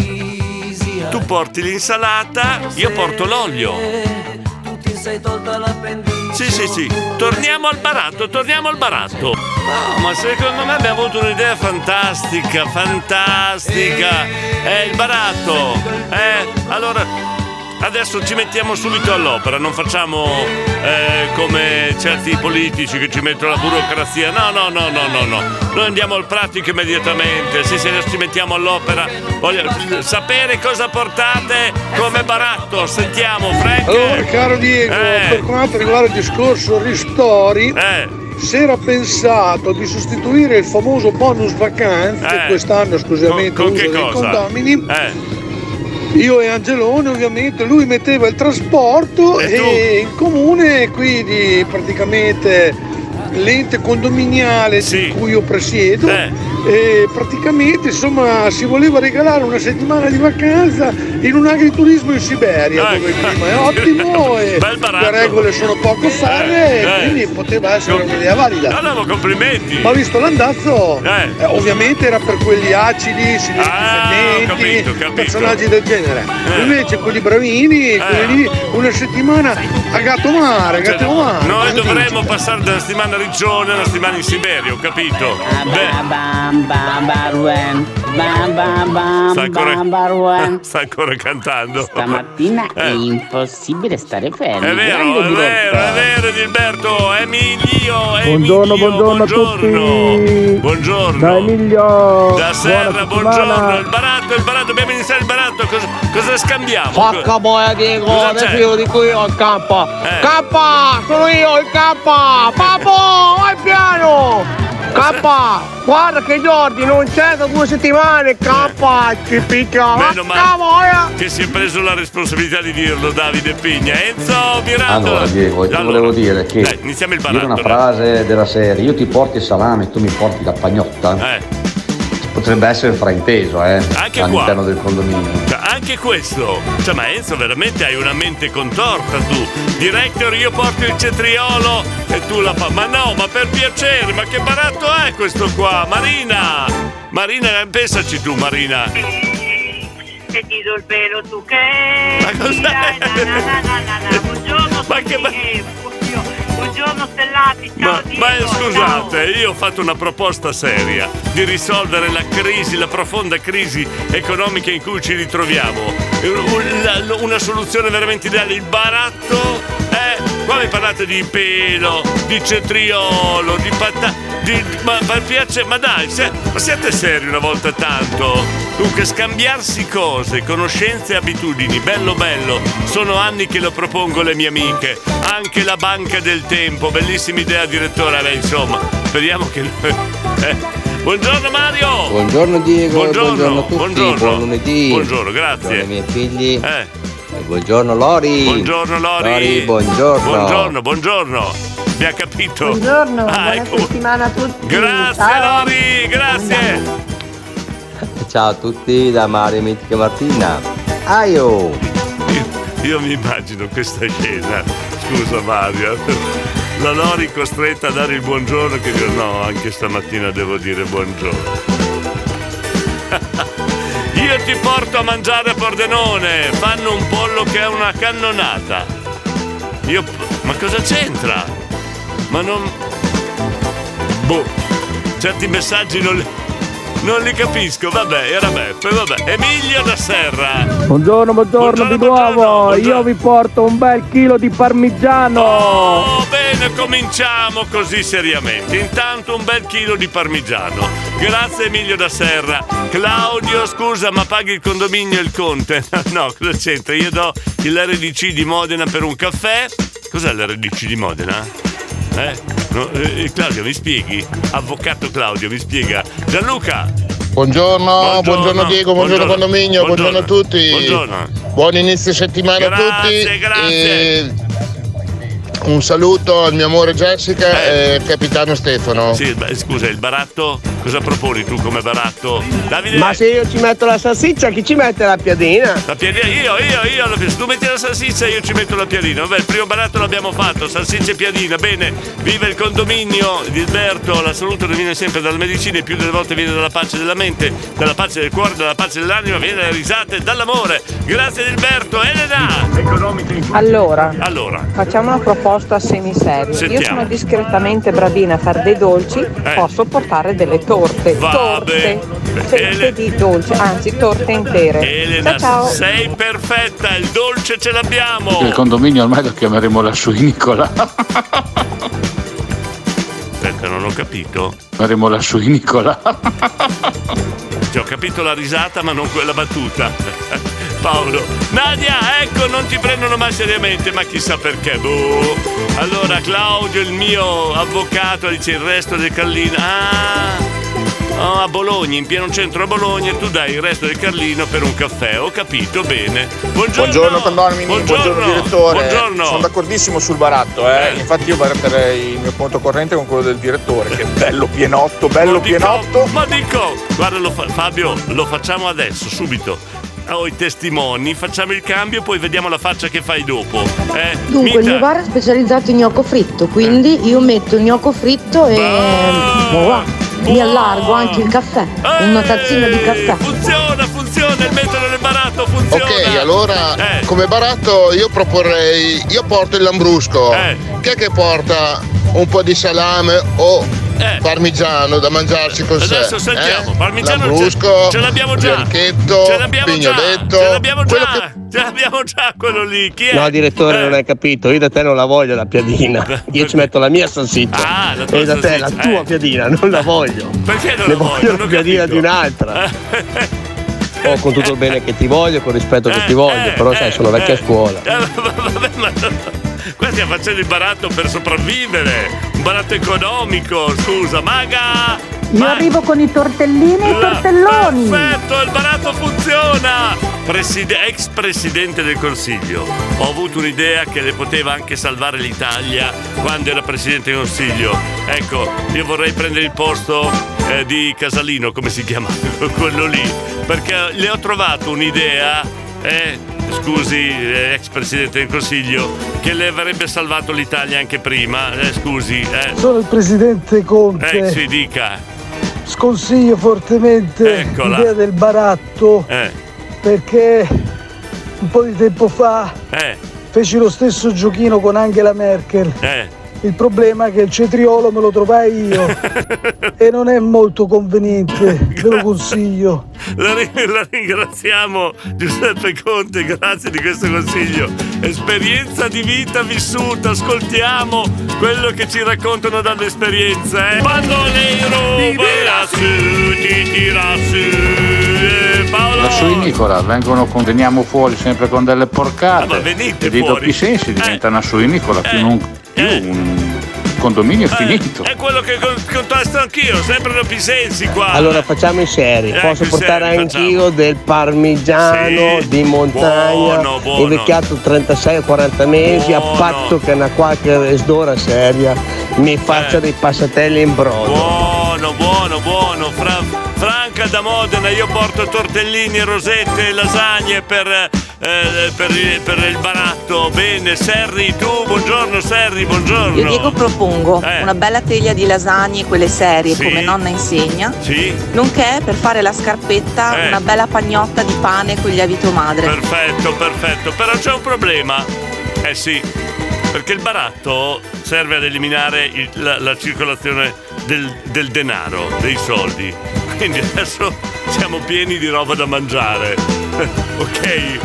crisi hai. Tu porti l'insalata, io porto l'olio. Tu ti sei tolta l'appendice. Sì, sì, sì. Torniamo al baratto, torniamo al baratto. No, ma secondo me abbiamo avuto un'idea fantastica, fantastica. È il baratto. Eh, allora adesso ci mettiamo subito all'opera, non facciamo eh, come certi politici che ci mettono la burocrazia. No, no, no, no, no, no. Noi andiamo al pratico immediatamente. Sì, sì, adesso ci mettiamo all'opera. Voglio sapere cosa portate come baratto. Sentiamo, Frank. Allora, caro Diego, Eh. per quanto riguarda il discorso ristori, Eh. si era pensato di sostituire il famoso bonus vacanze, che Eh. quest'anno esclusivamente Con- con uso che dei cosa? condomini. Eh. Io e Angelone, ovviamente, lui metteva il trasporto E tu? e il comune, quindi praticamente l'ente condominiale Sì. di cui io presiedo, Eh. e praticamente insomma si voleva regalare una settimana di vacanza in un agriturismo in Siberia, Eh. dove il clima è ottimo e Bel baratto. le regole sono poco ferree, Eh. quindi poteva essere un'idea valida. No, no, ma complimenti. Ho visto l'andazzo, Eh. eh, ovviamente era per quelli acidi, signori Ah, ho capito, ho capito. personaggi del genere. Eh. Invece quelli bravini, quelli lì, una settimana a gatto mare, Cioè, gatto mare. noi dovremmo passare da una settimana a Riccione a una settimana in Siberia, ho capito? Beh, Bam bam barwen, bam bam bam sta ancora, bam barwen. sta ancora cantando. Stamattina è Eh. impossibile stare fermi. È vero, Grande è vero, diretta. è vero, Gilberto, Emilio, Buongiorno, Emilio, buongiorno a tutti. Buongiorno. Da Emilio. Da Serra, Buona buongiorno. settimana. Il baratto, il baratto, dobbiamo iniziare il baratto. Cosa, cosa scambiamo? Porca boia Diego, Cosa adesso c'è? io dico io il K. Eh. K, sono io il K. Papo, vai piano. K, guarda che Jordi non c'è da due settimane. K, ci picchia. Meno Porca male boia. che si è preso la responsabilità di dirlo Davide Pigna. Enzo Mirando. Allora Diego, io ti Allora, volevo dire che dai, iniziamo il dire baratto. una frase della serie, io ti porti il salame e tu mi porti la pagnotta, Eh. potrebbe essere frainteso eh, Anche all'interno qua. del condominio. Cioè, anche questo, cioè, ma Enzo veramente hai una mente contorta tu. Director, io porto il cetriolo e tu la fa. Ma no, ma per piacere, ma che baratto è questo qua? Marina! Marina, pensaci tu, Marina. Se ti do il pelo tu che Ma cos'è? Dai, na, na, na, na, na, na. Buongiorno Ma che ba- eh, oddio. Buongiorno Stellati, ciao Ma, Diego, ma eh, scusate, ciao. io ho fatto una proposta seria di risolvere la crisi, la profonda crisi economica in cui ci ritroviamo. Un- la- Una soluzione veramente ideale, il baratto è. Qua mi parlate di pelo, di cetriolo, di patata. Di, ma per piacere, ma dai, se- ma siete seri una volta tanto? Dunque, scambiarsi cose, conoscenze e abitudini, bello bello, sono anni che lo propongo alle mie amiche. Anche la banca del tempo, bellissima idea direttore, beh, insomma, speriamo che. Eh. Buongiorno Mario! Buongiorno Diego, Buongiorno, buongiorno a tutti, buongiorno. buon lunedì. Buongiorno, grazie. Buongiorno ai miei figli. Eh. E buongiorno Lori. Buongiorno Lori. Lori, buongiorno. Buongiorno, buongiorno. Mi ha capito? Buongiorno, Ah, buona ecco. settimana a tutti. Grazie Ciao. Lori, grazie. Ciao a tutti da Mario Mitica Martina. Aio. Io, io mi immagino questa scena. Scusa Mario. La Lori costretta a dare il buongiorno che dice no, anche stamattina devo dire buongiorno. Io ti porto a mangiare a Pordenone. Fanno un pollo che è una cannonata. Io. Ma cosa c'entra? Ma non. Boh. Certi messaggi non li. Non li capisco, vabbè, era Beppe, vabbè. Emilio da Serra. Buongiorno, buongiorno, di nuovo. Io vi porto un bel chilo di parmigiano. Oh, bene, cominciamo così seriamente. Intanto un bel chilo di parmigiano. Grazie Emilio da Serra. Claudio, scusa, ma paghi il condominio e il conte? No, cosa c'entra? Io do l'R D C di Modena per un caffè. Cos'è l'R D C di Modena? Eh? No, eh, Claudio, mi spieghi? Avvocato Claudio, mi spiega. Gianluca! Buongiorno, buongiorno, buongiorno Diego, buongiorno, buongiorno condominio, buongiorno, buongiorno a tutti. Buongiorno. Buon inizio settimana Grazie, a tutti. grazie. E un saluto al mio amore Jessica Eh. e capitano Stefano. Sì, beh, scusa, il baratto? Cosa proponi tu come baratto? Davide? Ma se io ci metto la salsiccia, chi ci mette la piadina? La piadina, io, io, io, la- se tu metti la salsiccia io ci metto la piadina. Vabbè, il primo baratto l'abbiamo fatto, salsiccia e piadina, bene. Viva il condominio, Dilberto, la salute non viene sempre dalla medicina e più delle volte viene dalla pace della mente, dalla pace del cuore, dalla pace dell'anima, viene dalle risate e dall'amore. Grazie Dilberto, Elena! Allora, Allora, facciamo una proposta semiseria. Io Sentiamo. sono discretamente bravina a fare dei dolci, posso portare delle torte. Va torte. bene. Fette Ele- di dolce, anzi torte intere. Elena, ciao ciao. sei perfetta, il dolce ce l'abbiamo. Il condominio ormai lo chiameremo la suinicola. Aspetta, non ho capito. Chiameremo la suinicola. Cioè, ho capito la risata, ma non quella battuta. Paolo. Nadia, ecco, non ti prendono mai seriamente, ma chissà perché. Boh. Allora, Claudio, il mio avvocato, dice il resto del Callina. Ah, oh, a Bologna, in pieno centro a Bologna, e tu dai il resto del Carlino per un caffè. Ho capito, bene. Buongiorno. Buongiorno condomini, buongiorno, buongiorno direttore. Buongiorno. Sono d'accordissimo sul baratto, eh. Eh. Infatti io baratterei il mio conto corrente con quello del direttore, che è bello pienotto, bello Ma dico, pienotto. Ma dico, guarda, lo fa- Fabio, lo facciamo adesso, subito. Ho i testimoni, facciamo il cambio, poi vediamo la faccia che fai dopo. Eh? Dunque, Mita. il mio bar è specializzato in gnocco fritto, quindi io metto il gnocco fritto e boh, mi allargo anche il caffè, una tazzina di caffè. Funziona, funziona, il metodo del baratto funziona. Ok, allora Eh. come baratto io proporrei, io porto il lambrusco. Chi è che porta un po' di salame o parmigiano da mangiarci con sé? Adesso sentiamo, eh? parmigiano Lambrusco, ce, ce l'abbiamo già. bianchetto, Ce l'abbiamo già. pignoletto. Ce l'abbiamo già. quello che- Ce l'abbiamo già quello lì. Chi è? No, direttore, non hai capito, io da te non la voglio la piadina. Io ci metto la mia salsiccia. Ah, la tua e da te la salsiccia, tua eh. piadina, non la voglio. Perché non ne la voglio? voglio Non la ho piadina capito. di un'altra. Oh, con tutto il bene che ti voglio, con il rispetto che ti voglio, però sai, sono vecchia scuola. Eh, vabbè, ma qua stiamo facendo il baratto per sopravvivere, un baratto economico, scusa, maga! Io arrivo con i tortellini e i La- tortelloni. Perfetto, il baratto funziona! Preside- ex presidente del Consiglio, ho avuto un'idea che le poteva anche salvare l'Italia quando era presidente del Consiglio. Ecco, io vorrei prendere il posto eh, di Casalino, come si chiama quello lì, perché le ho trovato un'idea, eh, scusi, eh, ex presidente del Consiglio, che le avrebbe salvato l'Italia anche prima. Eh, scusi, eh. Sono il presidente Conte. Eh, si dica. Sconsiglio fortemente Eccola. l'idea del baratto Eh. perché un po' di tempo fa Eh. feci lo stesso giochino con Angela Merkel. Eh. Il problema è che il cetriolo me lo trovai io e non è molto conveniente, ve lo consiglio. La, ri- la ringraziamo Giuseppe Conte, grazie di questo consiglio. Esperienza di vita vissuta, ascoltiamo quello che ci raccontano dall'esperienza. Eh? Bandolero, vai su, ti tira su, eh, Paolo. La suinicola vengono con, veniamo fuori sempre con delle porcate. Ah, ma venite e di fuori. doppi sensi diventa una suinicola più, Eh. non, più un condominio finito. È quello che con- contesto anch'io, sempre doppi sensi qua. Allora facciamo in serie, Eh, posso più portare serie, anch'io del parmigiano Sì. di montagna, Buono, buono. invecchiato trentasei quaranta mesi, a patto che una qualche sdora seria mi faccia dei passatelli in brodo. Buono, buono, buono. Fra- Franca da Modena, io porto tortellini, rosette, lasagne per, eh, per, il- per il baratto. Bene, Serri, tu, buongiorno Serri, buongiorno. Io Diego propongo Eh. una bella teglia di lasagne, quelle serie Sì. come nonna insegna, Sì, nonché per fare la scarpetta Eh. una bella pagnotta di pane con lievito madre. perfetto, perfetto. Però c'è un problema. Eh sì, perché il baratto serve ad eliminare il- la, la circolazione del, del denaro, dei soldi. Quindi adesso siamo pieni di roba da mangiare. Ok?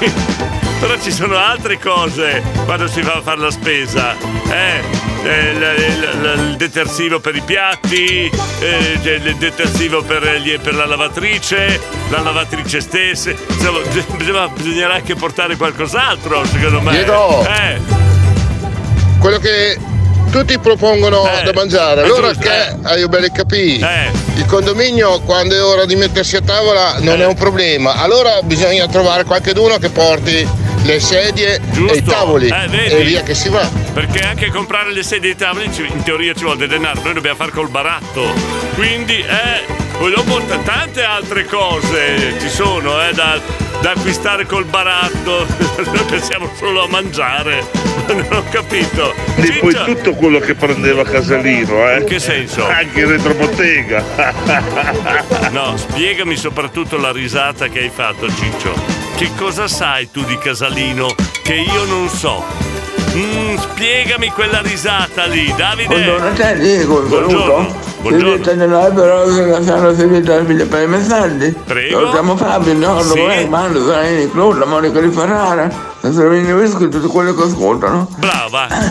Però ci sono altre cose quando si va a fare la spesa. Eh? eh, il, il- il detersivo per i piatti, eh, il detersivo per, gli- per la lavatrice, la lavatrice stessa. Insomma, bisogna- bisognerà anche portare qualcos'altro, secondo me. Diego. Eh, Quello che tutti propongono Eh, da mangiare, è allora giusto, che eh. hai bene capito. Eh. Il condominio quando è ora di mettersi a tavola non è un problema, allora bisogna trovare qualcuno che porti le sedie e i tavoli eh, vedi? e via che si va. Perché anche comprare le sedie e i tavoli ci- in teoria ci vuole del denaro, noi dobbiamo fare col baratto. Quindi, eh, poi dopo t- tante altre cose ci sono, eh, da, da acquistare col baratto. Noi pensiamo solo a mangiare, non ho capito. E poi Ciccia, tutto quello che prendeva Casalino, eh? in che senso? Anche in retrobottega. No, spiegami soprattutto la risata che hai fatto, Ciccio. Che cosa sai tu di Casalino che io non so? Mm, spiegami quella risata lì, Davide. Buongiorno a te Diego, Buongiorno. Buongiorno. Siete nell'albero che stanno seguendo il video per i messaggi. Prego. Salutiamo Fabio, Giorgio, Sì. Greg, Mando, Zanini, Claude, Monica di Ferrara, Salvini Whisky, tutti quelli che ascoltano. Brava.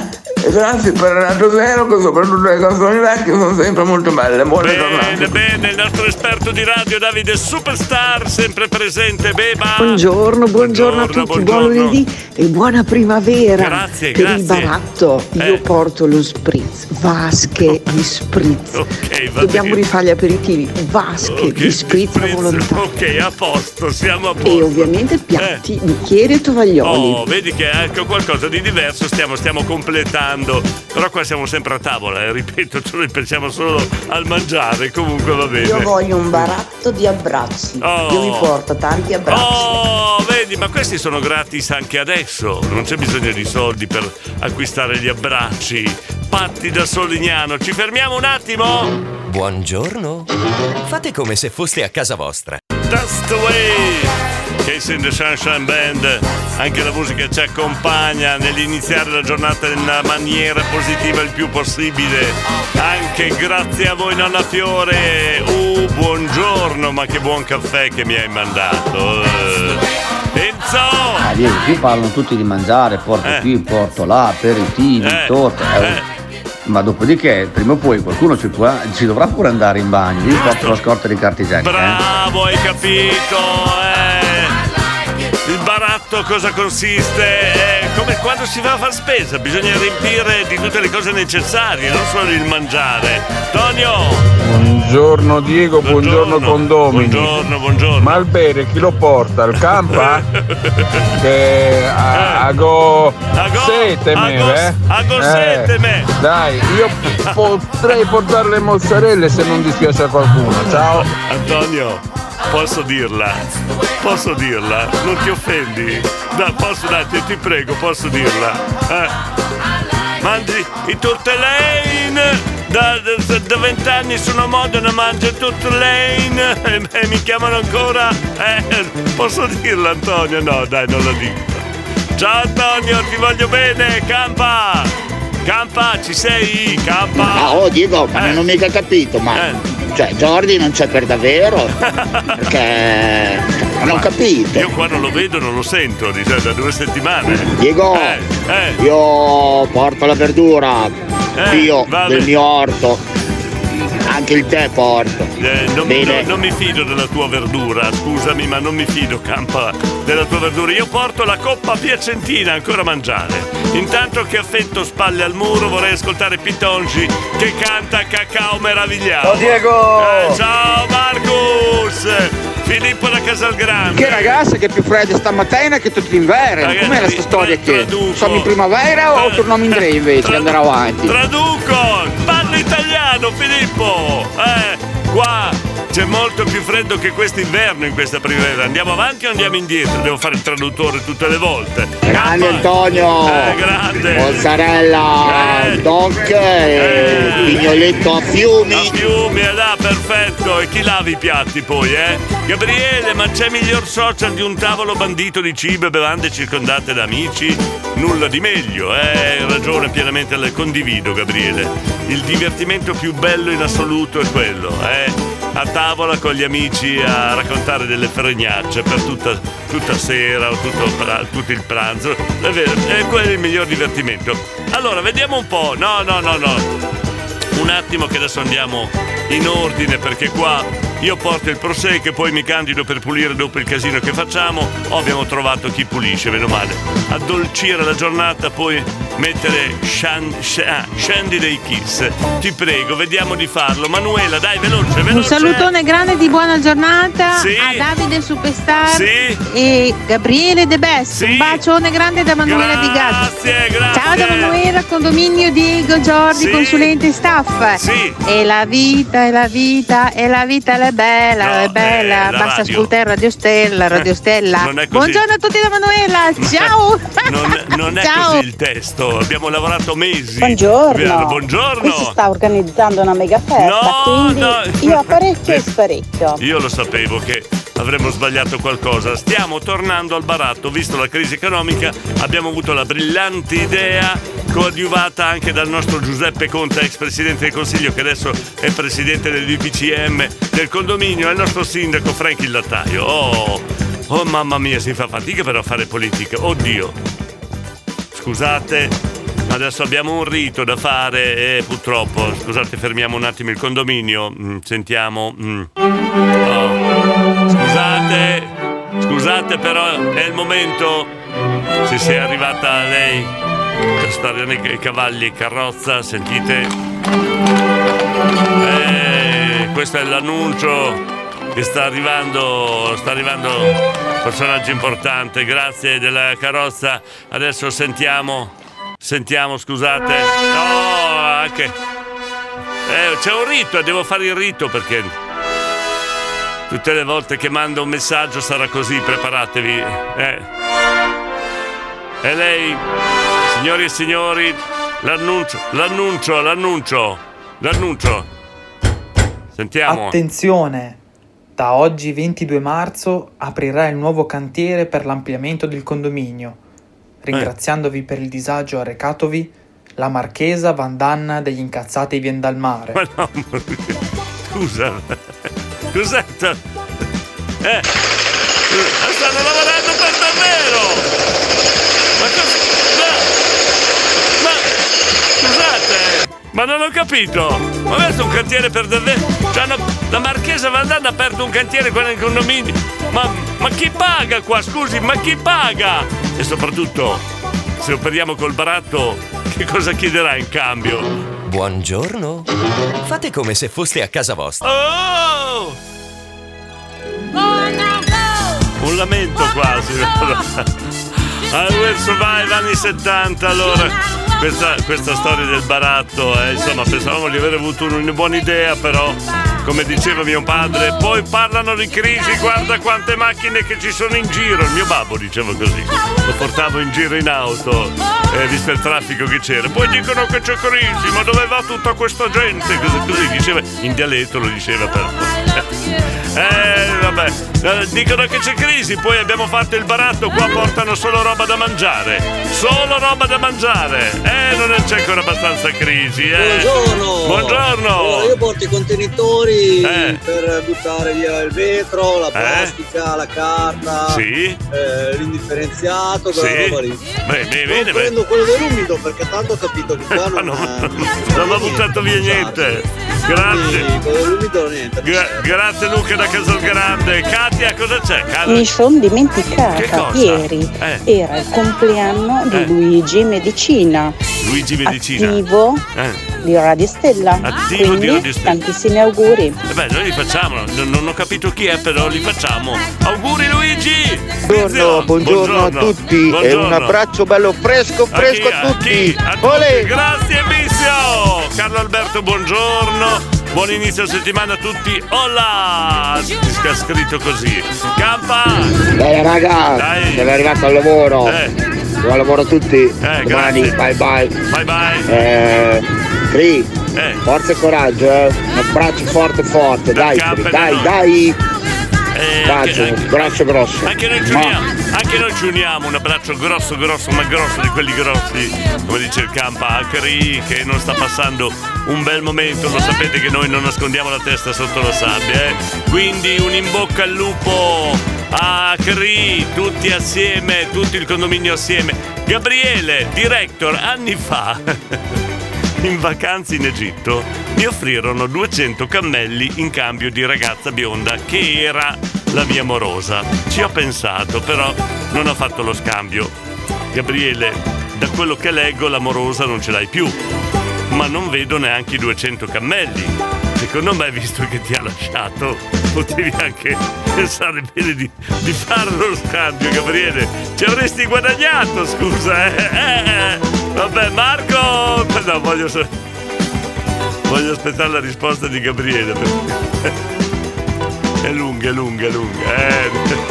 Grazie per Radio Zero, che soprattutto le canzoni vecchie sono sempre molto belle. Buona bene, giornata. Bene, il nostro esperto di radio Davide Superstar, sempre presente. Beba. Buongiorno, buongiorno, buongiorno a tutti, buongiorno. Buon lunedì e buona primavera. Grazie, per grazie. il baratto Eh. io porto lo spritz, vasche di spritz. Ok, va Dobbiamo bene. rifare gli aperitivi, vasche Ok, di spritz a volontà. Ok, a posto, siamo a posto. E ovviamente piatti, bicchieri e tovaglioli. Oh, vedi che anche qualcosa di diverso stiamo, stiamo completando. Però qua siamo sempre a tavola, eh, ripeto, noi pensiamo solo al mangiare, comunque va bene. Io voglio un baratto di abbracci. Oh. Io vi porto tanti abbracci. Oh, vedi, ma questi sono gratis anche adesso. Non c'è bisogno di soldi per acquistare gli abbracci. Patti da Solignano. Ci fermiamo un attimo? Buongiorno. Fate come se foste a casa vostra. That's the way. Case in the Sunshine Band. Anche la musica ci accompagna nell'iniziare la giornata nella maniera positiva il più possibile. Anche grazie a voi, nonna Fiore. Uh, buongiorno, ma che buon caffè che mi hai mandato. Uh. Enzo! Ah, Diego, qui parlano tutti di mangiare, porto Eh. qui, porto là, aperitivi, Eh. torte. eh. Ma dopodiché, prima o poi qualcuno ci, può, ci dovrà pure andare in bagno. Io porto la scorta di carta igienica. Bravo, hai capito, eh. Il baratto cosa consiste? È come quando si va a far spesa, bisogna riempire di tutte le cose necessarie, non solo il mangiare. Tonio! Buongiorno Diego, buongiorno, buongiorno condomini. Buongiorno, buongiorno. Ma il bere chi lo porta? Il campa? che a, ago, sete me, ago- eh? ago sete me. Dai, io potrei portare le mozzarelle se non dispiace a qualcuno. Ciao. Antonio, posso dirla? Posso dirla? Non ti offendi? Da, posso, dai, ti, ti prego, posso dirla? Eh? Mangi i tortellini? Da, da, da vent'anni sono a Modena, mangio tortellini e, e mi chiamano ancora? Eh, posso dirla, Antonio? No, dai, non la dico. Ciao Antonio, ti voglio bene, campa! Campa, ci sei? Campa! Ah, oh Diego, ma non ho mica capito, ma cioè Jordi non c'è per davvero? Perché non ho capito. Io qua non lo vedo, non lo sento, dice, da due settimane. Diego, Eh, eh. io porto la verdura, Eh, io va del bene. mio orto. Anche il tè porto. Eh, non, Bene. non- non mi fido della tua verdura, scusami, ma non mi fido, Campa, della tua verdura. Io porto la coppa piacentina ancora a mangiare. Intanto che affetto spalle al muro vorrei ascoltare Pitongi che canta Cacao Meravigliato. Ciao, Diego! Eh, ciao Marcus! Filippo da Casalgrande. Che ragazza che è più fredda stamattina che tutto l'inverno. Ragazzi, Com'è questa storia che traduco. siamo in primavera o torniamo in tre invece di andare avanti? Traduco! Parlo italiano, Filippo! Eh, qua c'è molto più freddo che quest'inverno in questa primavera. Andiamo avanti o andiamo indietro? Devo fare il traduttore tutte le volte. Grande Antonio! Eh, grande! Mozzarella, Eh. doc, e pignoletto a fiumi. A fiumi, eh, là, perfetto. E chi lava i piatti poi, eh? Gabriele, ma c'è miglior social di un tavolo bandito di cibo e bevande circondate da amici? Nulla di meglio, eh? Hai ragione pienamente, le condivido, Gabriele. Il divertimento più bello in assoluto è quello, eh? A tavola con gli amici a raccontare delle fregnacce per tutta, tutta sera o tutto, pra- tutto il pranzo. È vero, è quello il miglior divertimento. Allora, vediamo un po'. No, no, no, no. Un attimo che adesso andiamo in ordine perché qua io porto il prosecco e poi mi candido per pulire dopo il casino che facciamo. Oh, abbiamo trovato chi pulisce, meno male. Addolcire la giornata, poi mettere Shan- Shan- Shandy dei Kiss. Ti prego, vediamo di farlo. Manuela, dai, veloce, veloce. Un salutone grande di buona giornata Sì. a Davide Superstar Sì. e Gabriele De Best. Un bacione grande da Manuela Di Gazzo. Grazie, grazie. Ciao da Manuela, condominio Diego Giordi, Sì. consulente staff. Sì. E la vita, è la vita, è la vita, è bella, No, è bella. eh, la Basta radio. ascoltare Radio Stella, Radio Stella. Non è così. Buongiorno a tutti da Manuela, ciao. Non, non è Ciao. così il testo, abbiamo lavorato mesi. Buongiorno. Vero, buongiorno. Qui si sta organizzando una mega festa, No, quindi no. io apparecchio e sparecchio. Io lo sapevo che avremmo sbagliato qualcosa. Stiamo tornando al baratto, visto la crisi economica, abbiamo avuto la brillante idea, coadiuvata anche dal nostro Giuseppe Conte, ex presidente del Consiglio, che adesso è presidente del D P C M del condominio, e il nostro sindaco Franchi il Lattaio. Oh, oh mamma mia, si fa fatica però a fare politica. Oddio. Scusate. Adesso abbiamo un rito da fare e purtroppo, scusate, fermiamo un attimo il condominio. Mm, sentiamo. Mm. Oh. Scusate, scusate, però è il momento. Se sei arrivata lei per stare nei cavalli e carrozza, sentite. Eh, questo è l'annuncio che sta arrivando, sta arrivando personaggio importante. Grazie della carrozza. Adesso sentiamo. Sentiamo, scusate. No, anche. Eh, c'è un rito e devo fare il rito perché tutte le volte che mando un messaggio sarà così, preparatevi. Eh. E lei, signori e signori, l'annuncio, l'annuncio, l'annuncio, l'annuncio. Sentiamo. Attenzione! Da oggi ventidue marzo aprirà il nuovo cantiere per l'ampliamento del condominio. Ringraziandovi per il disagio arrecatovi, la marchesa Vandanna degli incazzati vien dal mare. Ma no, scusa, cos'è? Eh, stanno lavorando per davvero! Ma cosa? Ma, ma scusate, ma non ho capito! Ma questo è un cantiere per davvero? Cioè, no, la marchesa Vandanna ha aperto un cantiere qua nel condominio. Ma, ma chi paga qua? Scusi, ma chi paga? E soprattutto, se operiamo col baratto, che cosa chiederà in cambio? Buongiorno. Fate come se foste a casa vostra. Oh! Un lamento quasi. I will survive anni settanta, allora. Questa, questa storia del baratto, eh, insomma, pensavamo di aver avuto una buona idea, però, come diceva mio padre, poi parlano di crisi, guarda quante macchine che ci sono in giro. Il mio babbo diceva così, lo portavo in giro in auto, eh, visto il traffico che c'era. Poi dicono che c'è crisi, ma dove va tutta questa gente? Così, così diceva, in dialetto lo diceva però. Eh, vabbè, eh, dicono che c'è crisi, poi abbiamo fatto il baratto, qua portano solo roba da mangiare, solo roba da mangiare. Eh, non c'è ancora abbastanza crisi, eh. Buongiorno. Buongiorno. Allora, io porto i contenitori eh. per buttare via il vetro, la plastica, eh. la carta, sì. eh, l'indifferenziato, quella sì. roba lì. Beh, bene, non bene, prendo beh. quello dell'umido perché tanto ho capito che qua non, no, è, non ho buttato via niente. Grazie. Sì, quello dell'umido niente. Gra- grazie Luca da Casalgrande. Katia, cosa c'è? Katia? Mi sono dimenticata ieri, eh. era il compleanno di eh. Luigi Medicina. Luigi Medicina. Attivo eh. di Radio Stella. Attivo Quindi, di Radio Stella. tantissimi auguri. Eh beh, noi li facciamo, non, non ho capito chi è, però li facciamo. Auguri Luigi! Buongiorno, buongiorno, buongiorno a tutti buongiorno. E un abbraccio bello fresco, fresco a, chi, a tutti. A tutti. Grazie Vizio! Carlo Alberto, buongiorno. Buon inizio settimana a tutti. Hola! Si è scritto così. Campa! Dai raga, Dai. siamo arrivati al lavoro. Eh. Buon lavoro a tutti. Eh, Domani, bye bye. Bye bye. Eh, Tri, eh. forza e coraggio, eh. Un abbraccio forte forte. Dai, Tri, dai, dai. Eh, Bacio, anche, grosso grosso. Anche noi ci uniamo, anche noi ci uniamo, un abbraccio grosso grosso, ma grosso di quelli grossi, come dice il Campa, a Cri che non sta passando un bel momento, lo sapete che noi non nascondiamo la testa sotto la sabbia, eh? Quindi un in bocca al lupo a Cri, tutti assieme, tutto il condominio assieme. Gabriele, director, anni fa in vacanza in Egitto mi offrirono duecento cammelli in cambio di ragazza bionda che era la mia morosa. Ci ho pensato, però non ho fatto lo scambio. Gabriele, da quello che leggo la morosa non ce l'hai più, ma non vedo neanche i duecento cammelli. Secondo me, visto che ti ha lasciato, potevi anche pensare bene di, di fare lo scambio, Gabriele. Ci avresti guadagnato, scusa, eh? eh. Vabbè, Marco! No, voglio, voglio aspettare la risposta di Gabriele. È lunga, è lunga, è lunga. Eh.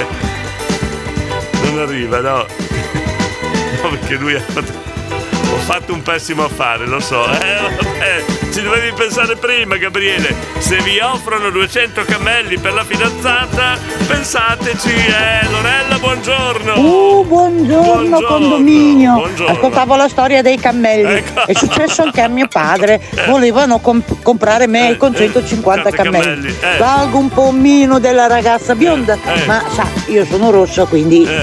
Non arriva, no. No, perché lui ha fatto... Ho fatto un pessimo affare, lo so. Eh, vabbè, ci dovevi pensare prima, Gabriele. Se vi offrono duecento cammelli per la fidanzata, pensateci, eh. Lorella, buongiorno. Uh, buongiorno, buongiorno. Condominio. Buongiorno. Ascoltavo la storia dei cammelli. Ecco. È successo anche a mio padre. Volevano comp- comprare me con centocinquanta cammelli. cammelli. Eh. Valgo un pommino della ragazza bionda, eh. ma sa, io sono rossa, quindi... Eh.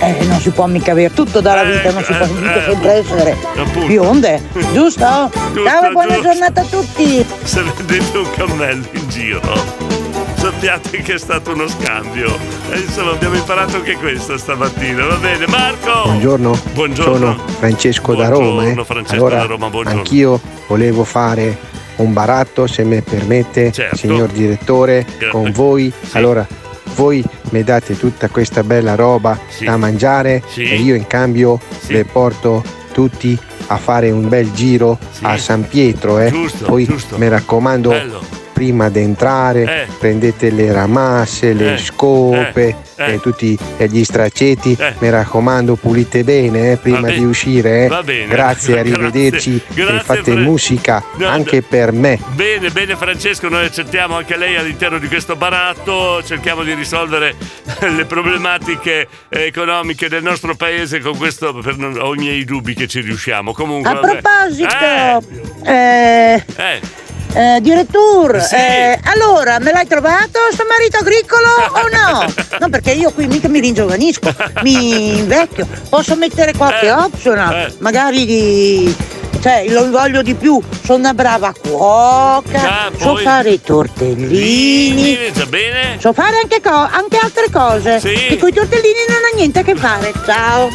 Eh, non si può mica avere tutto dalla vita, non si può mica eh, sempre essere appunto. Bionde, giusto? Giusto, Ciao e buona giusto. giornata a tutti! Se vedete un cammello in giro, sappiate che è stato uno scambio. E insomma abbiamo imparato anche questo stamattina. Va bene, Marco! Buongiorno, buongiorno. Sono Francesco buongiorno, da Roma. Eh. Francesco allora, da Roma, buongiorno. Anch'io volevo fare un baratto, se mi permette, certo. Signor direttore, Gra- con voi. sì. Allora, voi mi date tutta questa bella roba sì. da mangiare sì. e io in cambio sì. le porto tutti a fare un bel giro sì. a San Pietro. Eh. Giusto, Poi giusto. mi raccomando, bello. Prima di entrare eh. prendete le ramasse, le eh. scope eh. e tutti gli straccetti, eh. mi raccomando pulite bene eh, prima be- di uscire. Eh. Va bene. Grazie, arrivederci Grazie. e fate Grazie, musica no, anche no. per me. Bene, bene Francesco, noi accettiamo anche lei all'interno di questo baratto, cerchiamo di risolvere le problematiche economiche del nostro paese con questo, per non, ho i miei dubbi che ci riusciamo. Comunque, A vabbè. proposito, eh... Eh. eh. Eh, direttore, sì. eh, allora me l'hai trovato sto marito agricolo o no? No, perché io qui mica mi ringiovanisco, mi invecchio, posso mettere qualche eh. optional, eh. magari di. Cioè, lo voglio di più, sono una brava cuoca, ah, so fare i tortellini, va bene? so fare anche, co- anche altre cose, sì. che con i tortellini non ha niente a che fare, ciao!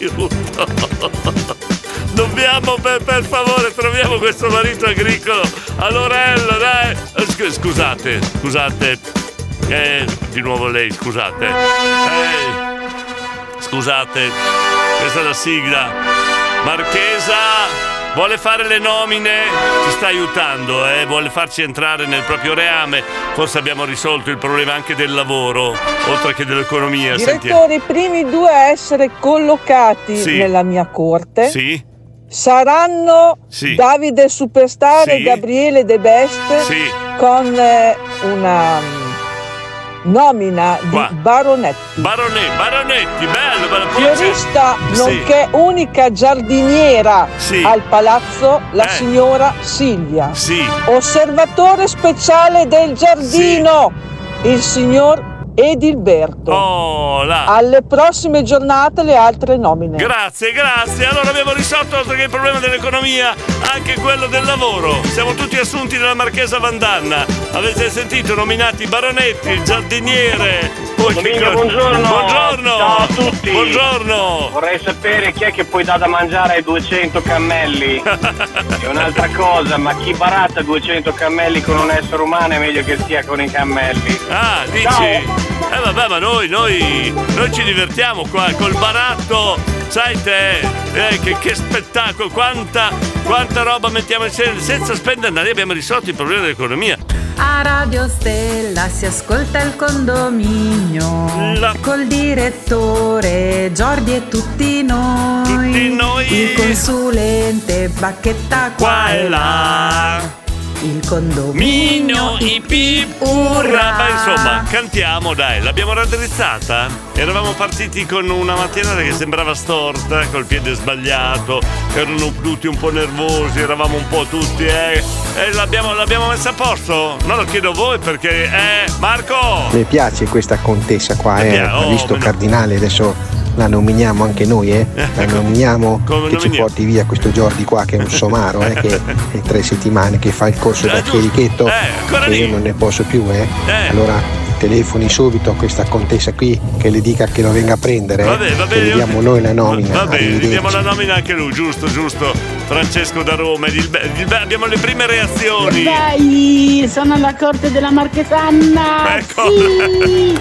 Aiuto! Dobbiamo, per, per favore, troviamo questo marito agricolo a Lorello, dai! Scusate, scusate. Eh, di nuovo lei, scusate. Eh, scusate, questa è la sigla. Marchesa vuole fare le nomine, ci sta aiutando, eh? Vuole farci entrare nel proprio reame. Forse abbiamo risolto il problema anche del lavoro, oltre che dell'economia. Direttore, i primi due a essere collocati sì. nella mia corte sì. saranno sì. Davide Superstar sì. e Gabriele De Best sì. con eh, una nomina Qua. di baronetti. Baronetti, baronetti, bello, bello. Fiorista, sì. nonché unica giardiniera sì. al palazzo, la eh. signora Silvia. Sì. Osservatore speciale del giardino, sì. il signor Edilberto. Oh, là. Alle prossime giornate le altre nomine. Grazie, grazie. Allora abbiamo risolto oltre che il problema dell'economia anche quello del lavoro. Siamo tutti assunti nella Marchesa Vandanna. Avete sentito? Nominati baronetti, il giardiniere. Poi Domingo, buongiorno. Buongiorno. Ciao a tutti. Buongiorno. Vorrei sapere chi è che poi dà da mangiare ai duecento cammelli. E un'altra cosa, ma chi baratta duecento cammelli con un essere umano è meglio che stia con i cammelli. Ah, dici? Ciao. Eh vabbè, ma noi, noi, noi ci divertiamo qua col baratto, sai te, eh, che, che spettacolo, quanta, quanta roba mettiamo insieme senza spendere, noi abbiamo risolto il problema dell'economia. A Radio Stella si ascolta il condominio La... col direttore Giordi e tutti noi, tutti noi. Il consulente Bacchetta qua, qua e là. Il condominio, i pip, urra. Ma insomma, cantiamo, dai, l'abbiamo raddrizzata. Eravamo partiti con una mattinata che sembrava storta, col piede sbagliato, erano tutti un po' nervosi, eravamo un po' tutti, eh. E l'abbiamo, l'abbiamo messa a posto? Non lo chiedo a voi perché, eh, Marco! Mi piace questa contessa qua, eh. Oh, Ha visto no. Cardinale, adesso la nominiamo anche noi, eh. La nominiamo Come che nominiamo? ci porti via questo Giordi qua che è un somaro, eh, che è tre settimane che fa il corso da chierichetto eh, e io non ne posso più, eh. eh. Allora telefoni subito a questa contessa qui che le dica che lo venga a prendere, eh. Vabbè, va che bene, gli diamo noi la nomina. Va bene, Arrivederci. diamo la nomina anche lui, giusto, giusto. Francesco da Roma, Edilbe- Edilbe- abbiamo le prime reazioni. Dai, sono alla corte della Marchesanna. Ecco. Sì.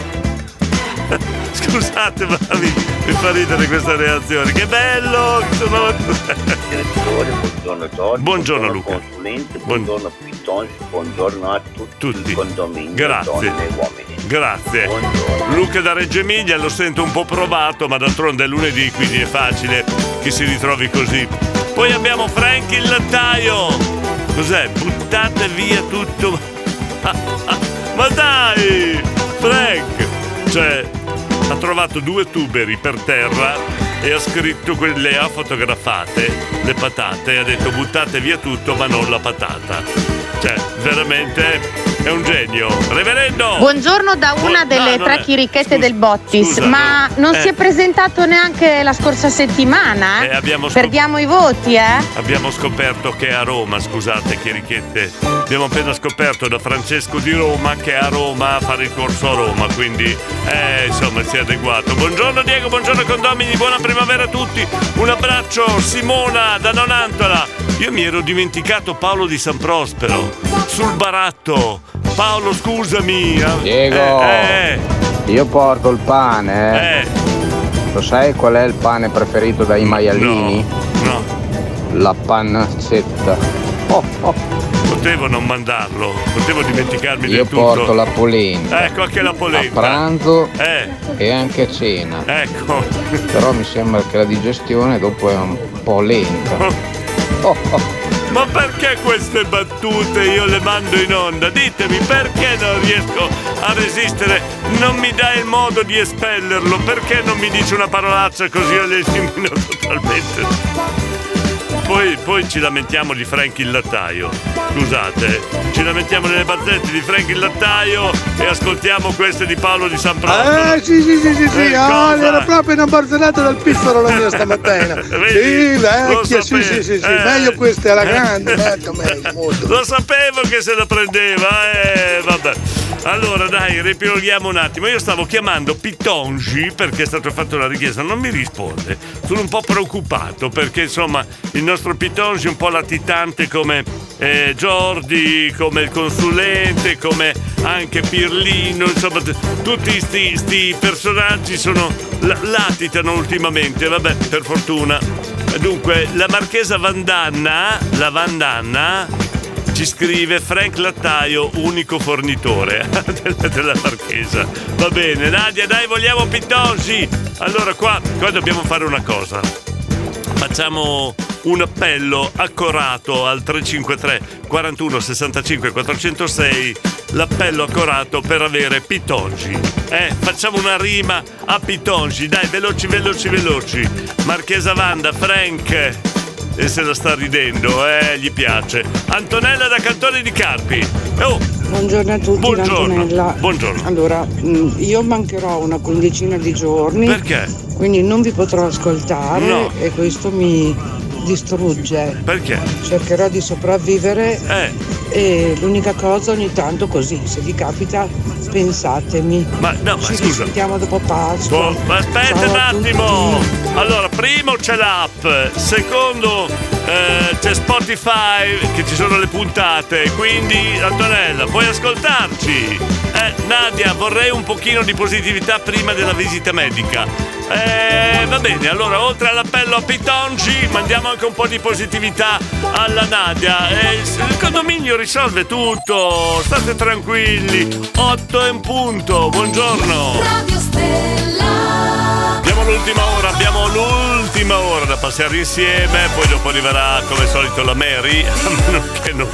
Scusate, ma mi, mi fa ridere questa reazione. Che bello! Sono... Direttore, buongiorno Giorgio. Buongiorno Luca. Consulente, buongiorno Piton, buongiorno a tutti, tutti. il condominio, Grazie. donne e uomini. Grazie. Buongiorno. Luca da Reggio Emilia, lo sento un po' provato, ma d'altronde è lunedì, quindi è facile che si ritrovi così. Poi abbiamo Frank il lattaio. Cos'è? Buttate via tutto. Ma dai! Frank! Cioè, ha trovato due tuberi per terra e ha scritto, le ha fotografate, le patate, e ha detto buttate via tutto ma non la patata. Cioè, veramente è un genio. Reverendo! Buongiorno da una Bu- delle no, tre è... chirichette scusa, del Bottis, scusa, ma no. non eh. si è presentato neanche la scorsa settimana? Eh, abbiamo scop- Perdiamo i voti, eh? Abbiamo scoperto che è a Roma, scusate chirichette. Abbiamo appena scoperto da Francesco di Roma che è a Roma a fare il corso a Roma, quindi eh, insomma si è adeguato. Buongiorno Diego, buongiorno condomini, buona primavera a tutti. Un abbraccio Simona da Nonantola. Io mi ero dimenticato Paolo di San Prospero sul baratto. Paolo, scusami. Diego, eh, eh. io porto il pane. Eh. Lo sai qual è il pane preferito dai maialini? No. no. La pancetta. Oh, oh. Potevo non mandarlo, potevo dimenticarmi Io del tutto. Io porto la polenta. Ecco, anche la polenta. A pranzo eh. e anche a cena. Ecco. Però mi sembra che la digestione dopo è un po' lenta. Oh, oh. Ma perché queste battute io le mando in onda? Ditemi, perché non riesco a resistere? Non mi dai il modo di espellerlo? Perché non mi dici una parolaccia così io le elimino totalmente? Poi, poi ci lamentiamo di Frank il lattaio. Scusate, ci lamentiamo delle barzellette di Frank il lattaio e ascoltiamo queste di Paolo di San Prospero. Eh sì sì sì sì, sì. Eh, ah, era proprio una barzelletta del piffero la mia stamattina. Sì, vecchia, sì sì sì, sì. Eh. Meglio questa alla grande, molto meglio, molto. Lo sapevo che se la prendeva, eh, vabbè. Allora dai, riepiloghiamo un attimo. Io stavo chiamando Pitongi perché è stata fatta una richiesta, non mi risponde. Sono un po' preoccupato perché insomma il nostro Pitongi è un po' latitante come eh, Jordi, come il consulente, come anche Pirlino, insomma t- tutti sti, sti personaggi sono l- latitano ultimamente, vabbè, per fortuna. Dunque, la marchesa Vandanna, la Vandanna ci scrive Frank Lattaio, unico fornitore della, della marchesa. Va bene, Nadia, dai, vogliamo Pitongi. Allora qua, qua dobbiamo fare una cosa. Facciamo un appello accorato al tre cinque tre quarantuno sessantacinque quattrocentosei, l'appello accorato per avere Pitongi. Eh, facciamo una rima a Pitongi, dai, veloci, veloci, veloci. Marchesa Vanda, Frank, e se la sta ridendo, eh, gli piace. Antonella da Cantone di Carpi. Oh. Buongiorno a tutti, Buongiorno. Antonella. Buongiorno. Allora, io mancherò una quindicina di giorni. Perché? Quindi non vi potrò ascoltare no. e questo mi distrugge. Perché? Cercherò di sopravvivere eh. e l'unica cosa ogni tanto così, se vi capita, pensatemi. Ma no, ma Ci scusa. sentiamo dopo Pasqua. Oh, ma aspetta Ciao un a attimo. tutti. Allora, primo c'è l'app, secondo eh, c'è Spotify che ci sono le puntate, quindi Antonella, puoi ascoltarci. Eh, Nadia, vorrei un pochino di positività prima della visita medica. Eh, va bene, allora oltre all'appello a Pitongi mandiamo anche un po' di positività alla Nadia. Eh, il condominio risolve tutto, state tranquilli. Otto e un punto, buongiorno. Radio Stella. Abbiamo l'ultima ora, abbiamo l'ultima ora da passare insieme, poi dopo arriverà come al solito la Mary, a meno che non,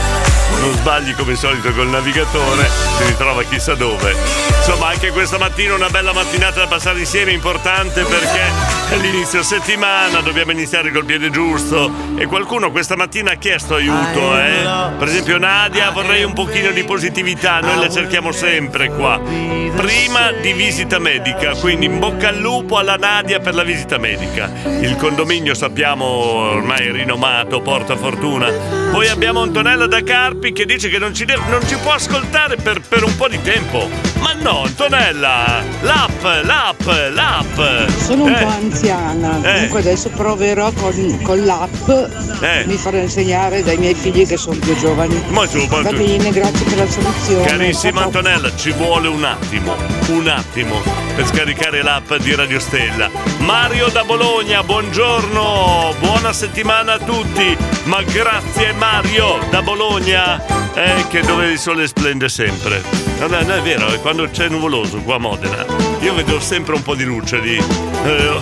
non sbagli come al solito col navigatore, si ritrova chissà dove. Insomma, anche questa mattina una bella mattinata da passare insieme, importante perché è l'inizio settimana, dobbiamo iniziare col piede giusto e qualcuno questa mattina ha chiesto aiuto, eh? Per esempio Nadia, vorrei un pochino di positività, noi la cerchiamo sempre qua. Prima di visita medica, quindi in bocca al lupo alla Nadia per la visita medica. Il condominio sappiamo ormai è rinomato, porta fortuna. Poi abbiamo Antonella da Carpi che dice che non ci, deve, non ci può ascoltare per, per un po' di tempo. Ma no, Antonella, l'app, l'app, l'app. Sono un eh. po' anziana, eh. comunque adesso proverò con, con l'app, eh. mi farò insegnare dai miei figli che sono più giovani. Ma su, ma Va tu... bene, grazie per la soluzione. Carissima Antonella, ci vuole un attimo, un attimo per scaricare l'app di Radio Stella. Mario da Bologna, buongiorno, buona settimana a tutti. Ma grazie Mario da Bologna, eh, che dove il sole splende sempre. No, no, no, è vero, è quando c'è nuvoloso qua a Modena. Io vedo sempre un po' di luce lì. Eh,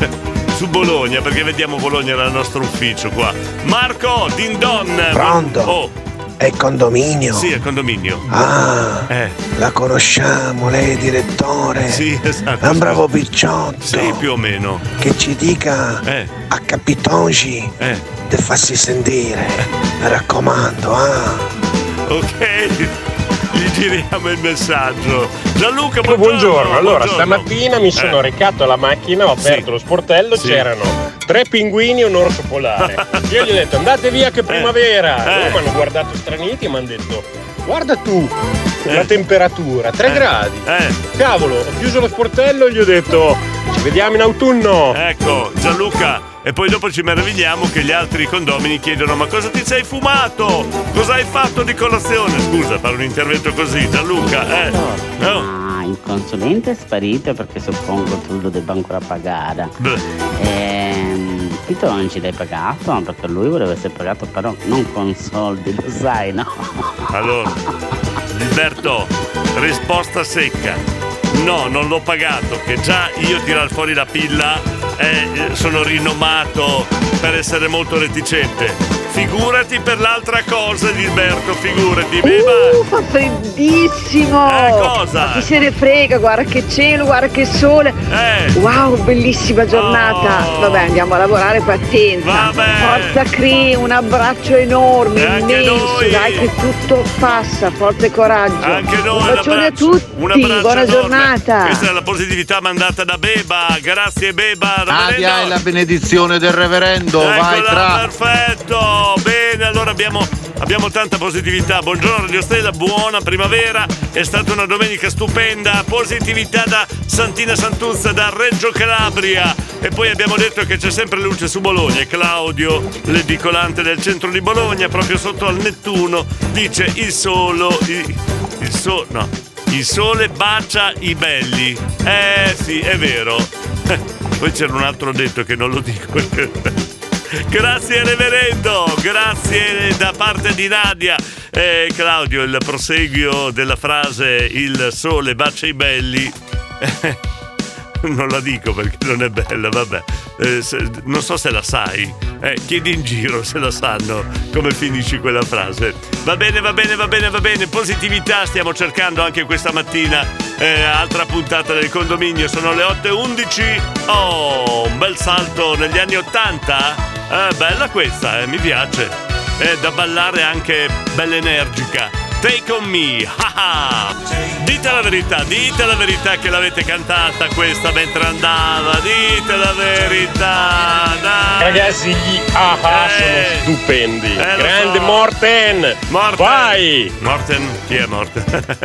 su Bologna, perché vediamo Bologna dal nostro ufficio qua. Marco, Din Don. Pronto? Oh. È condominio? Sì, è condominio. Ah, eh. la conosciamo, lei è direttore. Sì, esatto. È un bravo picciotto. Sì, più o meno. Che ci dica eh. a Capitongi eh. di farsi sentire. Mi raccomando, ah. ok? Gli giriamo il messaggio. Gianluca, buongiorno. Buongiorno, allora buongiorno. stamattina mi sono Eh. recato alla macchina, ho aperto Sì. lo sportello, Sì. c'erano tre pinguini e un orso polare. Io gli ho detto andate via che primavera. Eh. Loro mi hanno guardato straniti e mi hanno detto guarda tu, la temperatura, tre Eh. gradi. Eh. Cavolo, ho chiuso lo sportello e gli ho detto ci vediamo in autunno. Ecco, Gianluca, e poi dopo ci meravigliamo che gli altri condomini chiedono ma cosa ti sei fumato? Cosa hai fatto di colazione? Scusa, fare un intervento così, Gianluca, eh? No? Ah, il consulente è sparito perché suppongo tu lo debba ancora pagare. Ehm, tu non ci l'hai pagato perché lui voleva essere pagato però non con soldi, lo sai, no? Allora, Gilberto, risposta secca. No, non l'ho pagato, che già io tirar fuori la pilla eh, sono rinomato per essere molto reticente. Figurati per l'altra cosa, Gilberto, figurati. Beba. Uh, fa freddissimo! Eh, cosa? Ma chi se ne frega, guarda che cielo, guarda che sole! Eh. Wow, bellissima giornata! Oh. Vabbè, andiamo a lavorare, pazienza! Vabbè. Forza Cri, un abbraccio enorme, E anche immenso, noi. dai che tutto passa, forza e coraggio! Anche noi, un bacione a abbraccio. tutti, Un abbraccio buona enorme. giornata! Questa è la positività mandata da Beba. Grazie Beba. Nadia e la benedizione del reverendo, vai Eccola, tra. perfetto, bene, allora abbiamo, abbiamo tanta positività. Buongiorno Radio Stella, buona primavera, è stata una domenica stupenda, positività da Santina Santuzza, da Reggio Calabria, e poi abbiamo detto che c'è sempre luce su Bologna. E Claudio, l'edicolante del centro di Bologna, proprio sotto al Nettuno, dice il solo, il, il so, no, il sole bacia i belli. Eh sì, è vero. Poi c'era un altro detto che non lo dico. Grazie reverendo, grazie da parte di Nadia. Eh, Claudio, il proseguio della frase il sole bacia i belli non la dico perché non è bella, vabbè. Eh, se, non so se la sai, eh, chiedi in giro se la sanno come finisci quella frase. Va bene, va bene, va bene, va bene. Positività stiamo cercando anche questa mattina. Eh, altra puntata del condominio, sono le otto e undici. Oh, un bel salto negli anni ottanta. Eh, bella questa, eh, mi piace. È da ballare anche bella energica. Take on me, haha. Dite la verità, dite la verità che l'avete cantata questa mentre andava. Dite la verità, dai. Ragazzi, gli aha Eh. sono stupendi. Eh, lo Grande so. Morten. Morten. Vai. Morten, chi è Morten?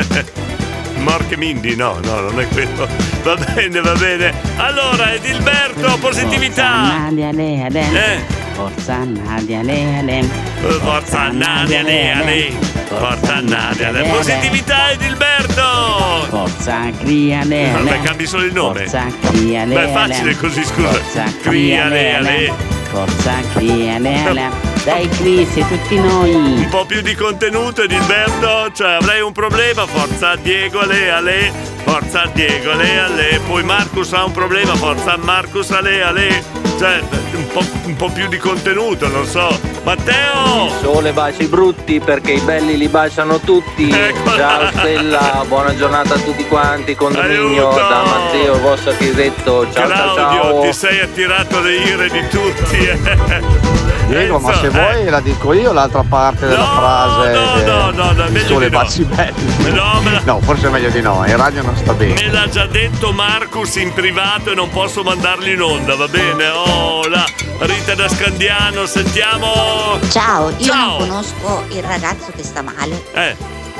Morche Mindy, no, no, non è quello. Va bene, va bene. Allora, Edilberto, positività. Nadia, le, le. Eh. Forza Nadia, le, le. Forza Nadia, le, le. Forza Nadia, le. Positività, Edilberto. Forza Cria, le, Vabbè, le. cambi solo il nome. Forza Cria, le, Beh, è facile le. così, scusa. Forza Cria, Cria, le, le, le. le. Forza Cria, le, le. Dai Cris e tutti noi. Un po' più di contenuto, Edilberto. Cioè, avrei un problema. Forza Diego, le, ale. Forza Diego, le, ale. Poi Marcus ha un problema. Forza Marcus, ale, ale. Cioè, un po', un po' più di contenuto, non so. Matteo! Il sole bacia i brutti perché i belli li baciano tutti. Eccola. Ciao Stella, buona giornata a tutti quanti. Condominio Aiuto. da Matteo, il vostro architetto. Ciao Claudio, ciao ciao. ti sei attirato le ire di tutti. eh. Diego, ma se Enzo, vuoi la dico io l'altra parte della No, frase. no, no, no, no, il meglio sole di no. baci belli. No, me la- No, forse è meglio di no, in radio non sta bene. Me l'ha già detto Marcus in privato e non posso mandarlo in onda, va bene? Oh, la Rita da Scandiano, sentiamo. Ciao, io Ciao. non conosco il ragazzo che sta male Eh,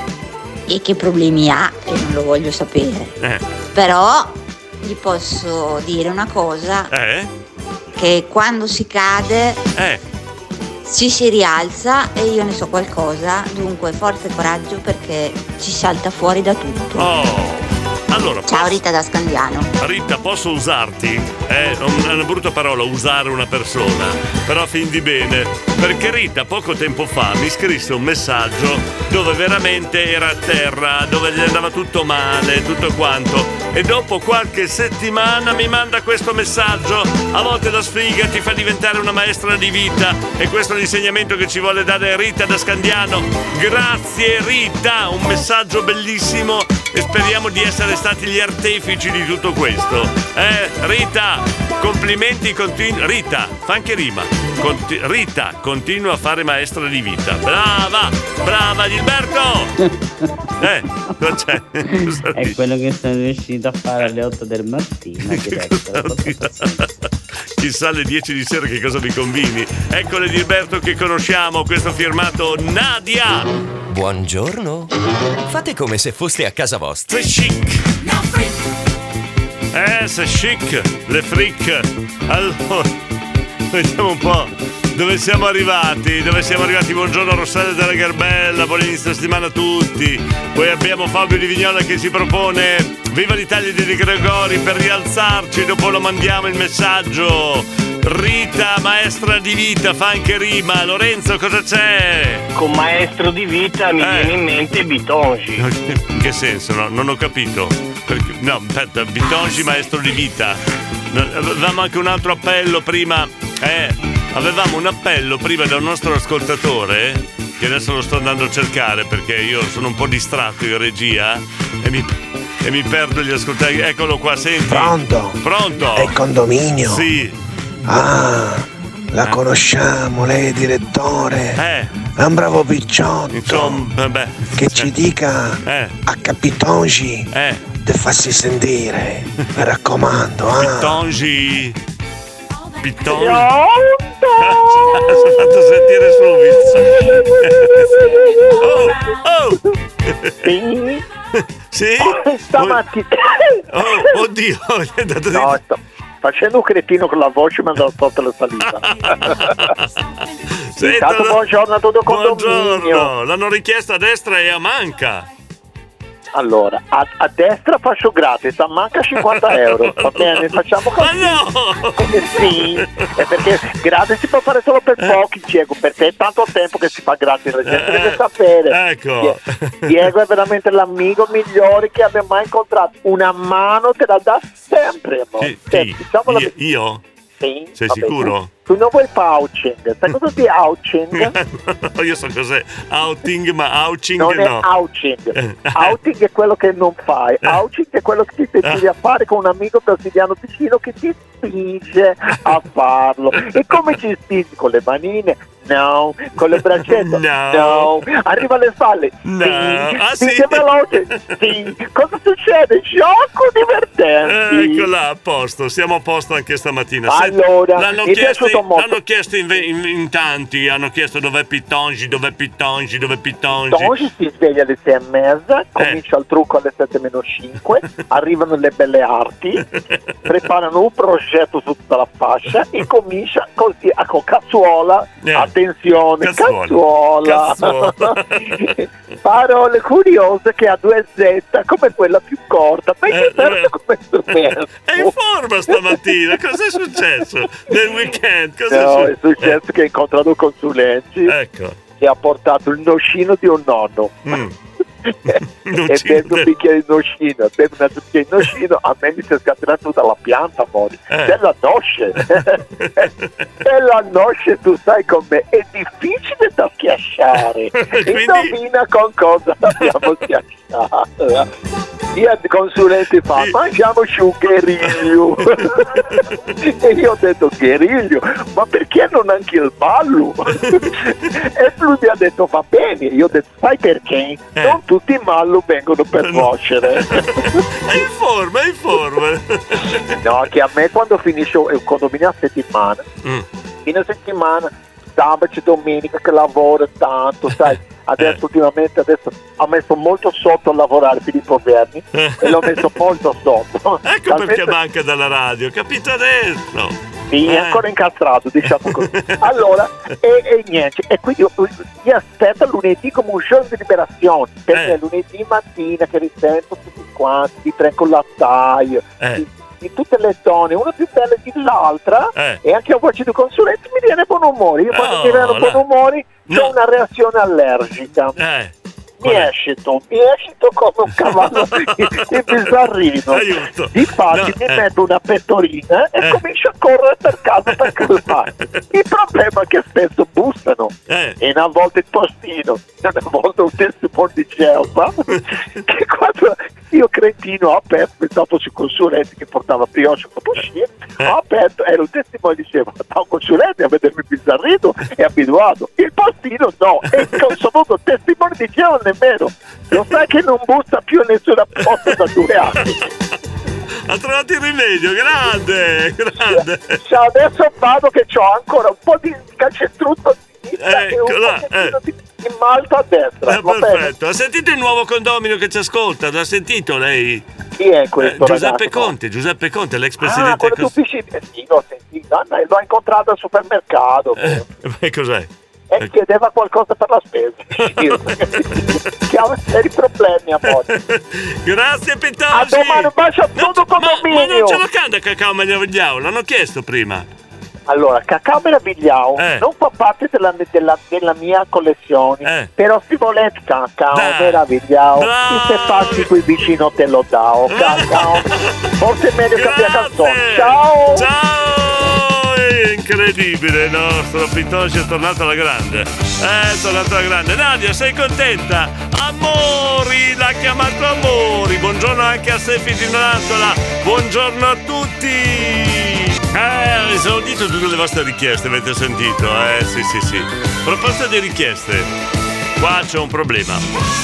e che problemi ha e non lo voglio sapere. eh, Però gli posso dire una cosa, eh, che quando si cade eh. ci si rialza e io ne so qualcosa, dunque forza e coraggio perché ci salta fuori da tutto. Oh. Allora, Ciao Rita da Scandiano. Rita, posso usarti? È un- una brutta parola usare una persona, però fin di bene. Perché Rita poco tempo fa mi scrisse un messaggio dove veramente era a terra, dove gli andava tutto male, tutto quanto. E dopo qualche settimana mi manda questo messaggio. A volte la sfiga ti fa diventare una maestra di vita. E questo è l'insegnamento che ci vuole dare Rita da Scandiano. Grazie Rita, un messaggio bellissimo. E speriamo di essere stati gli artefici di tutto questo. Eh, Rita, complimenti continui. Rita, fa anche rima. conti- Rita continua a fare maestra di vita. Brava, brava Gilberto. Eh, non c'è. È quello che sono riuscito a fare alle otto del mattino. Chissà alle dieci di sera che cosa mi combini. Eccole Gilberto che conosciamo, questo firmato Nadia. Buongiorno. Fate come se foste a casa vostra. C'est chic. Eh, c'est chic, le freak. Allora, vediamo un po' dove siamo arrivati. Dove siamo arrivati? Buongiorno Rossella della Garbella, buon inizio settimana a tutti. Poi abbiamo Fabio di Vignola che ci propone Viva l'Italia di De Gregori per rialzarci. Dopo lo mandiamo il messaggio. Rita, maestra di vita, fa anche rima. Lorenzo, cosa c'è? Con maestro di vita mi Eh. viene in mente Bitongi. In che senso? No, non ho capito. Perché, no, aspetta, Bitongi, maestro di vita. No, avevamo anche un altro appello prima. Eh, avevamo un appello prima da un nostro ascoltatore, che adesso lo sto andando a cercare perché io sono un po' distratto in regia e mi, e mi perdo gli ascoltatori. Eccolo qua, senti. Pronto? Pronto? È il condominio? Sì. Ah, la conosciamo, lei è direttore. Eh. È un bravo picciotto. Insomma, beh. Che ci dica Eh. a Capitongi Eh. di farsi sentire. Mi raccomando, ah. Pitongi. Pitongi. Pronto? Si è fatto sentire subito. Oh, oh. Sì? Stamattina. Oh, oddio, è andato di... No, sto facendo un cretino con la voce, ma andavo sotto la saliva. Intanto buongiorno a tutto condominio. Buongiorno, l'hanno richiesta a destra e a manca. Allora, a, a destra faccio gratis, a manca cinquanta euro. Va bene, facciamo così. Ma no! Eh, sì, è perché gratis si può fare solo per pochi, Diego, perché è tanto tempo che si fa gratis, la gente Eh, deve sapere. ecco. Diego è veramente l'amico migliore che abbia mai incontrato. Una mano te la dà sempre, amore. Chi? Senti, diciamo la- Io? Io? Sì, Sei vabbè, sicuro? Tu, tu non vuoi pouching, sai cosa di ouching? Io so cos'è outing, ma ouching Non è no. ouching. Outing è quello che non fai. Ouching è quello che ti decidi a fare con un amico brasiliano vicino che ti spinge a farlo. E come ci spingi? Con le manine? No. Con le braccette? No. Arriva alle spalle? No. Sì. Ah, Spinge sì? veloce? Sì. Cosa succede? Gioco divertente. Eccola, a posto, siamo a posto anche stamattina. Allora, l'hanno mi è chiesto, piaciuto molto. l'hanno chiesto in, in- in tanti, hanno chiesto dov'è Pitongi, dov'è Pitongi, dov'è Pitongi. Oggi si sveglia alle sei e mezza, comincia il trucco alle sette meno cinque, arrivano le belle arti, preparano un progetto su tutta la fascia e comincia così, ecco, cazzuola, Eh. attenzione, Cazzuola. cazzuola, Cazzuola. parole curiose che ha due Z come quella più corta, ma Eh, che serve come strumento? È in forma stamattina, cos'è successo nel weekend? Cos'è No, è successo? successo che ha incontrato consulenti Ecco. e ha portato il nocino di un nonno. Mm. e beve un bicchiere di nocino, beve un altro bicchiere di nocino, a me mi si è scatenata tutta la pianta, amore. Eh. Della noce. Della noce, tu sai com'è, è difficile da schiacciare. Quindi- Indovina con cosa l'abbiamo schiacciata. Il consulente fa, mangiamoci un gueriglio. E io ho detto, gueriglio? Ma perché non anche il ballo? E lui mi ha detto, va bene. Io ho detto, sai perché? Non tutti i mallo vengono per nuocere. È in forma, è in forma. No, che a me quando finisce un condominio a settimana, Mm. fine settimana, sabato e domenica che lavoro tanto, sai, adesso ultimamente adesso ho messo molto sotto a lavorare Filippo Verni e l'ho messo molto sotto. Ecco perché Talmente- manca dalla radio, capito adesso? Sì, è Eh. ancora incastrato, diciamo così. Allora, e, e niente, e quindi io, mi aspetto lunedì come un giorno di liberazione, perché Eh. lunedì mattina che risento tutti quanti, di tren con lattaio, Eh. di, di tutte le donne, una più bella dell'altra, Eh. e anche a voce di consulente mi viene buon umore. Io quando Oh, mi viene la- buon umore No. ho una reazione allergica. Eh. mi escito, mi escito come un cavallo di, di bizzarrino. Aiuto. Infatti No, mi eh. metto una pettorina e Eh. comincio a correre per casa per calmarmi. Il problema è che spesso bussano Eh. e una volta il postino, una volta un testimone di Geova che quando io cretino ho aperto, pensavo fosse il consulente che portava brioche con uscire, ho aperto, era un testimone che diceva ma un consulente a vedermi bizzarrito è abituato, il postino no, e non sono venuto testimone di Geova nemmeno, lo sai che non bussa più nessuna posta da due anni. Ha trovato il rimedio, grande, grande. Cioè, adesso vado che ho ancora un po' di calcestruzzo a sinistra e un Eccola, pochettino di, di malto a destra. Eh, va bene? perfetto. Ha sentito il nuovo condomino che ci ascolta? L'ha sentito lei? Chi è questo Eh, Giuseppe ragazzo? Conte, Giuseppe Conte, l'ex Ah, presidente. quello cos- tu dici, eh, sì, l'ho sentito, ah, l'ho incontrato al supermercato. Eh, beh, cos'è? E chiedeva qualcosa per la spesa. Io, che ha seri problemi a volte. Grazie Pitonci. A domani, un bacio a tutto Ma, ma non condominio. ce lo canta Cacao Meravigliao? L'hanno chiesto prima. Allora, Cacao Meravigliao Eh. non fa parte della, della, della mia collezione, però se volete Cacao Dai. Meravigliao, Bravo. se passi qui vicino te lo dao, Cacao. Forse è meglio che abbia canzone. Ciao! Ciao! È incredibile, il nostro Pitonci è tornato alla grande. È tornato alla grande. Nadia, sei contenta? Amori, l'ha chiamato Amori. Buongiorno anche a Sefi di Norantola. Buongiorno a tutti. Eh, sono dito tutte le vostre richieste, avete sentito? Eh, sì, sì, sì. A proposito di richieste, qua c'è un problema.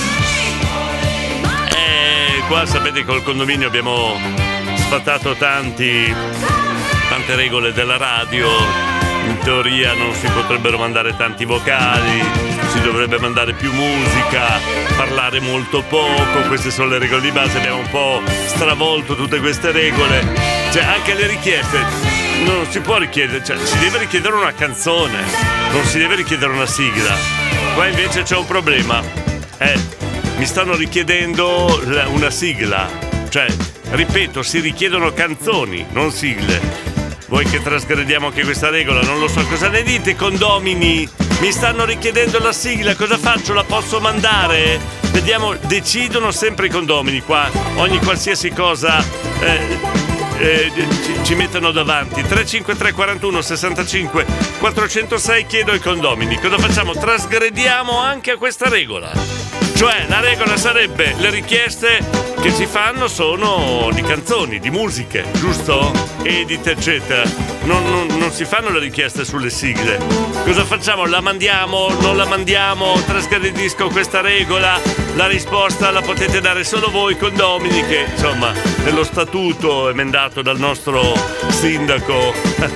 Eh, qua sapete che col condominio abbiamo sfatato tanti, tante regole della radio. In teoria non si potrebbero mandare tanti vocali, si dovrebbe mandare più musica, parlare molto poco, queste sono le regole di base, abbiamo un po' stravolto tutte queste regole, cioè anche le richieste, non si può richiedere, cioè si deve richiedere una canzone, non si deve richiedere una sigla, qua invece c'è un problema, eh, mi stanno richiedendo la- una sigla, cioè ripeto, si richiedono canzoni, non sigle. Voi che trasgrediamo anche questa regola, non lo so, cosa ne dite condomini? Mi stanno richiedendo la sigla, cosa faccio? La posso mandare? Vediamo, decidono sempre i condomini qua, ogni qualsiasi cosa eh, eh, ci, ci mettono davanti. tre cinque tre quattro uno sessantacinque quattrocentosei, chiedo ai condomini, cosa facciamo? Trasgrediamo anche a questa regola. Cioè la regola sarebbe le richieste che si fanno sono di canzoni, di musiche, giusto? Edit eccetera. Non, non, non si fanno le richieste sulle sigle. Cosa facciamo? La mandiamo? Non la mandiamo? Trasgredisco questa regola? La risposta la potete dare solo voi condomini che insomma nello statuto emendato dal nostro sindaco.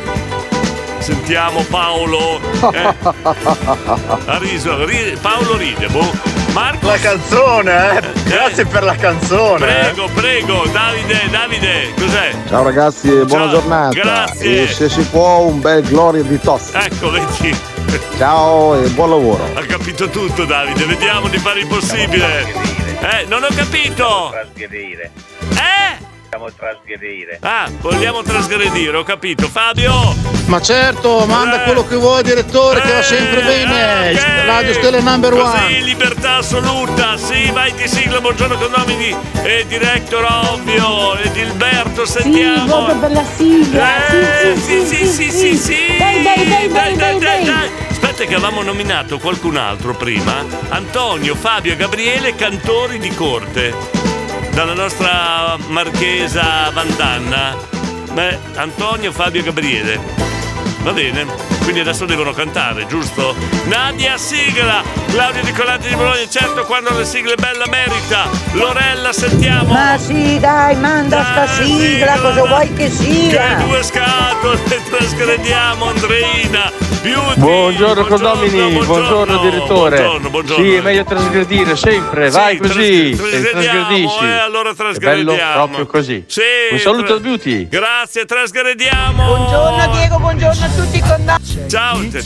Sentiamo Paolo. Eh? Ha riso, ri- Paolo ride, boh. Marco. La canzone, eh? Grazie per la canzone. Prego, prego, Davide, Davide, cos'è? Ciao ragazzi, buona Ciao, giornata. grazie. E se si può un bel Gloria di Tosti. Ecco, vedi. Ciao e buon lavoro. Ha capito tutto Davide, vediamo di fare il possibile. Eh, non ho capito. Trasgredire. Eh? Possiamo trasgredire. Ah, vogliamo trasgredire, ho capito. Fabio! Ma certo, manda Eh. quello che vuoi, direttore, che va sempre bene. ok. Radio Stelle number Così, one. libertà assoluta, sì, vai di sigla, buongiorno condomini e director ovvio, e Gilberto, sentiamo. Sì, voto per la sigla. Eh, sì, sì, sì, sì, sì, sì. Dai, dai, dai, dai, dai, dai. Aspetta che avevamo nominato qualcun altro prima. Antonio, Fabio e Gabriele, cantori di corte. Dalla nostra marchesa Vandanna. Beh, Antonio, Fabio e Gabriele. Va bene, quindi adesso devono cantare, giusto? Nadia sigla, Claudio Di Colante di Bologna, certo quando la sigla è bella merita. Lorella, sentiamo. Ma sì, dai, manda sta sigla, cosa vuoi che sia? Che due scatole, trasgrediamo Andreina. Beauty, Buongiorno condomini, buongiorno direttore. Buongiorno, buongiorno. Sì, è meglio trasgredire sempre, Sì, vai così, trasgre- se trasgredisci. eh, allora È trasgrediamo. bello proprio così. Sì, Un saluto tra- al Beauty. Grazie, trasgrediamo. Buongiorno Diego, buongiorno a tutti i condomini. Ciao, ti,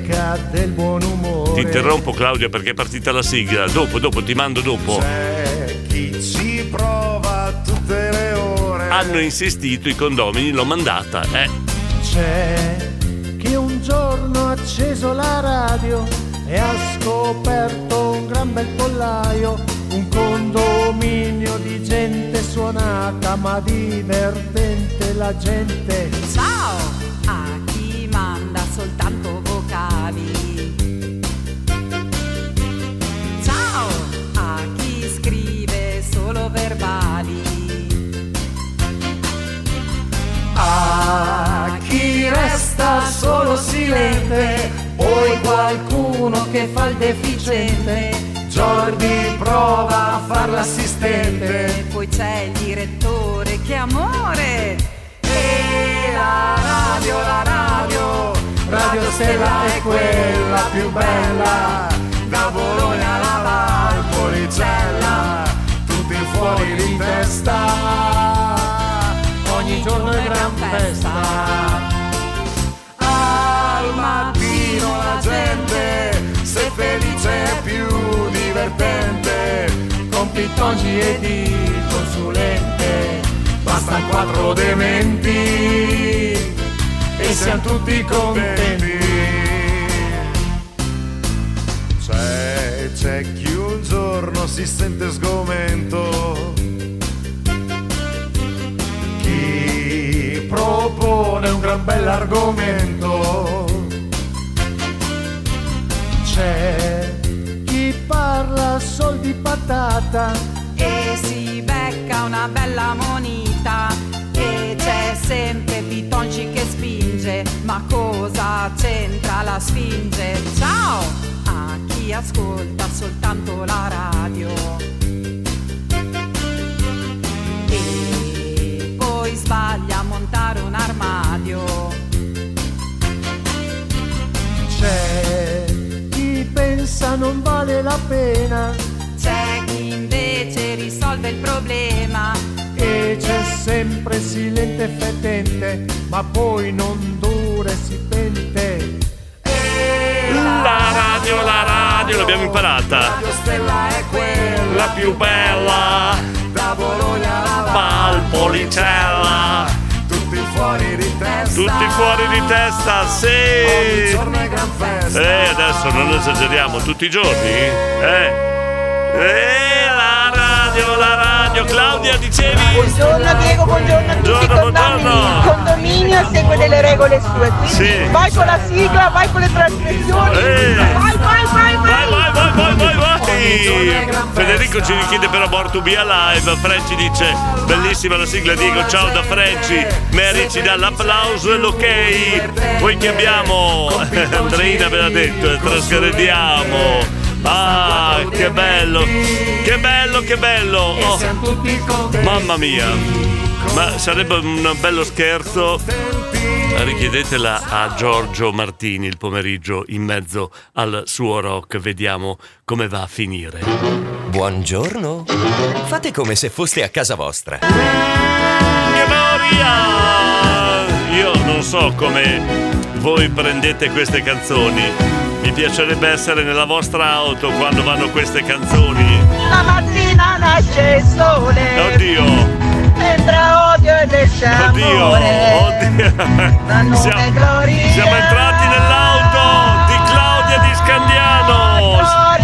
ti interrompo Claudia perché è partita la sigla. Dopo, dopo, ti mando dopo. Chi ci prova tutte le ore. Hanno insistito i condomini, l'ho mandata. Eh. C'è chi un giorno ha acceso la radio e ha scoperto un gran bel pollaio, un condominio di gente suonata ma divertente la gente. Ciao a chi manda soltanto vocali. Ciao a chi scrive solo verbali. A chi resta solo silente, poi qualcuno che fa il deficiente. Jordi prova a far l'assistente. Poi c'è il direttore, che amore! E la radio, la radio, Radio Stella è quella più bella, da Bologna alla Valpolicella, tutti fuori di testa, ogni giorno è gran festa. Al mattino la gente, se felice è più divertente, con Pitongi e di consulente, bastano quattro dementi e siamo tutti contenti. C'è, c'è chi un giorno si sente sgomento, chi propone un gran bell'argomento, c'è chi parla sol di patata e si becca una bella monita, e c'è sempre Pitonci che spinge, ma cosa c'entra la Sfinge? Ciao a chi ascolta soltanto la radio e poi sbaglia a montare un armadio. C'è chi pensa non vale la pena, c'è chi invece risolve il problema, e c'è sempre silente e fetente, ma poi non dura e si pente. E La radio, la radio, l'abbiamo imparata. Radio Stella è quella La più bella, da Bologna alla Valpolicella, tutti fuori di testa, tutti fuori di testa, sì. ogni giorno è gran festa. Eh, adesso non esageriamo, tutti i giorni? Eh. Eh, la radio, la radio. Claudia, dicevi? Buongiorno Diego, buongiorno a tutti. Buongiorno, i condomini. buongiorno. Il condominio segue delle regole sue, quindi Sì. vai con la sigla, vai con le trasmissioni, Eh. vai, vai, vai, vai, Vai, vai, vai, vai, vai, vai. Federico ci richiede però Born to be Alive. Franci dice bellissima la sigla, Diego, ciao da Franci. Mary ci dà l'applauso e l'ok. Poi che abbiamo Andreina ve l'ha detto, trasgrediamo. Ah, che bello, che bello, che bello. Oh, mamma mia, ma sarebbe un bello scherzo. Richiedetela a Giorgio Martini il pomeriggio in mezzo al suo rock, vediamo come va a finire. Buongiorno. Fate come se foste a casa vostra. Gloria! Io non so come voi prendete queste canzoni. Mi piacerebbe essere nella vostra auto quando vanno queste canzoni. La mattina nasce il sole, Oddio! entra odio ed esce Oddio! amore. Oddio! La nube Siamo, gloria. siamo entrati nell'auto di Claudia di Scandiano!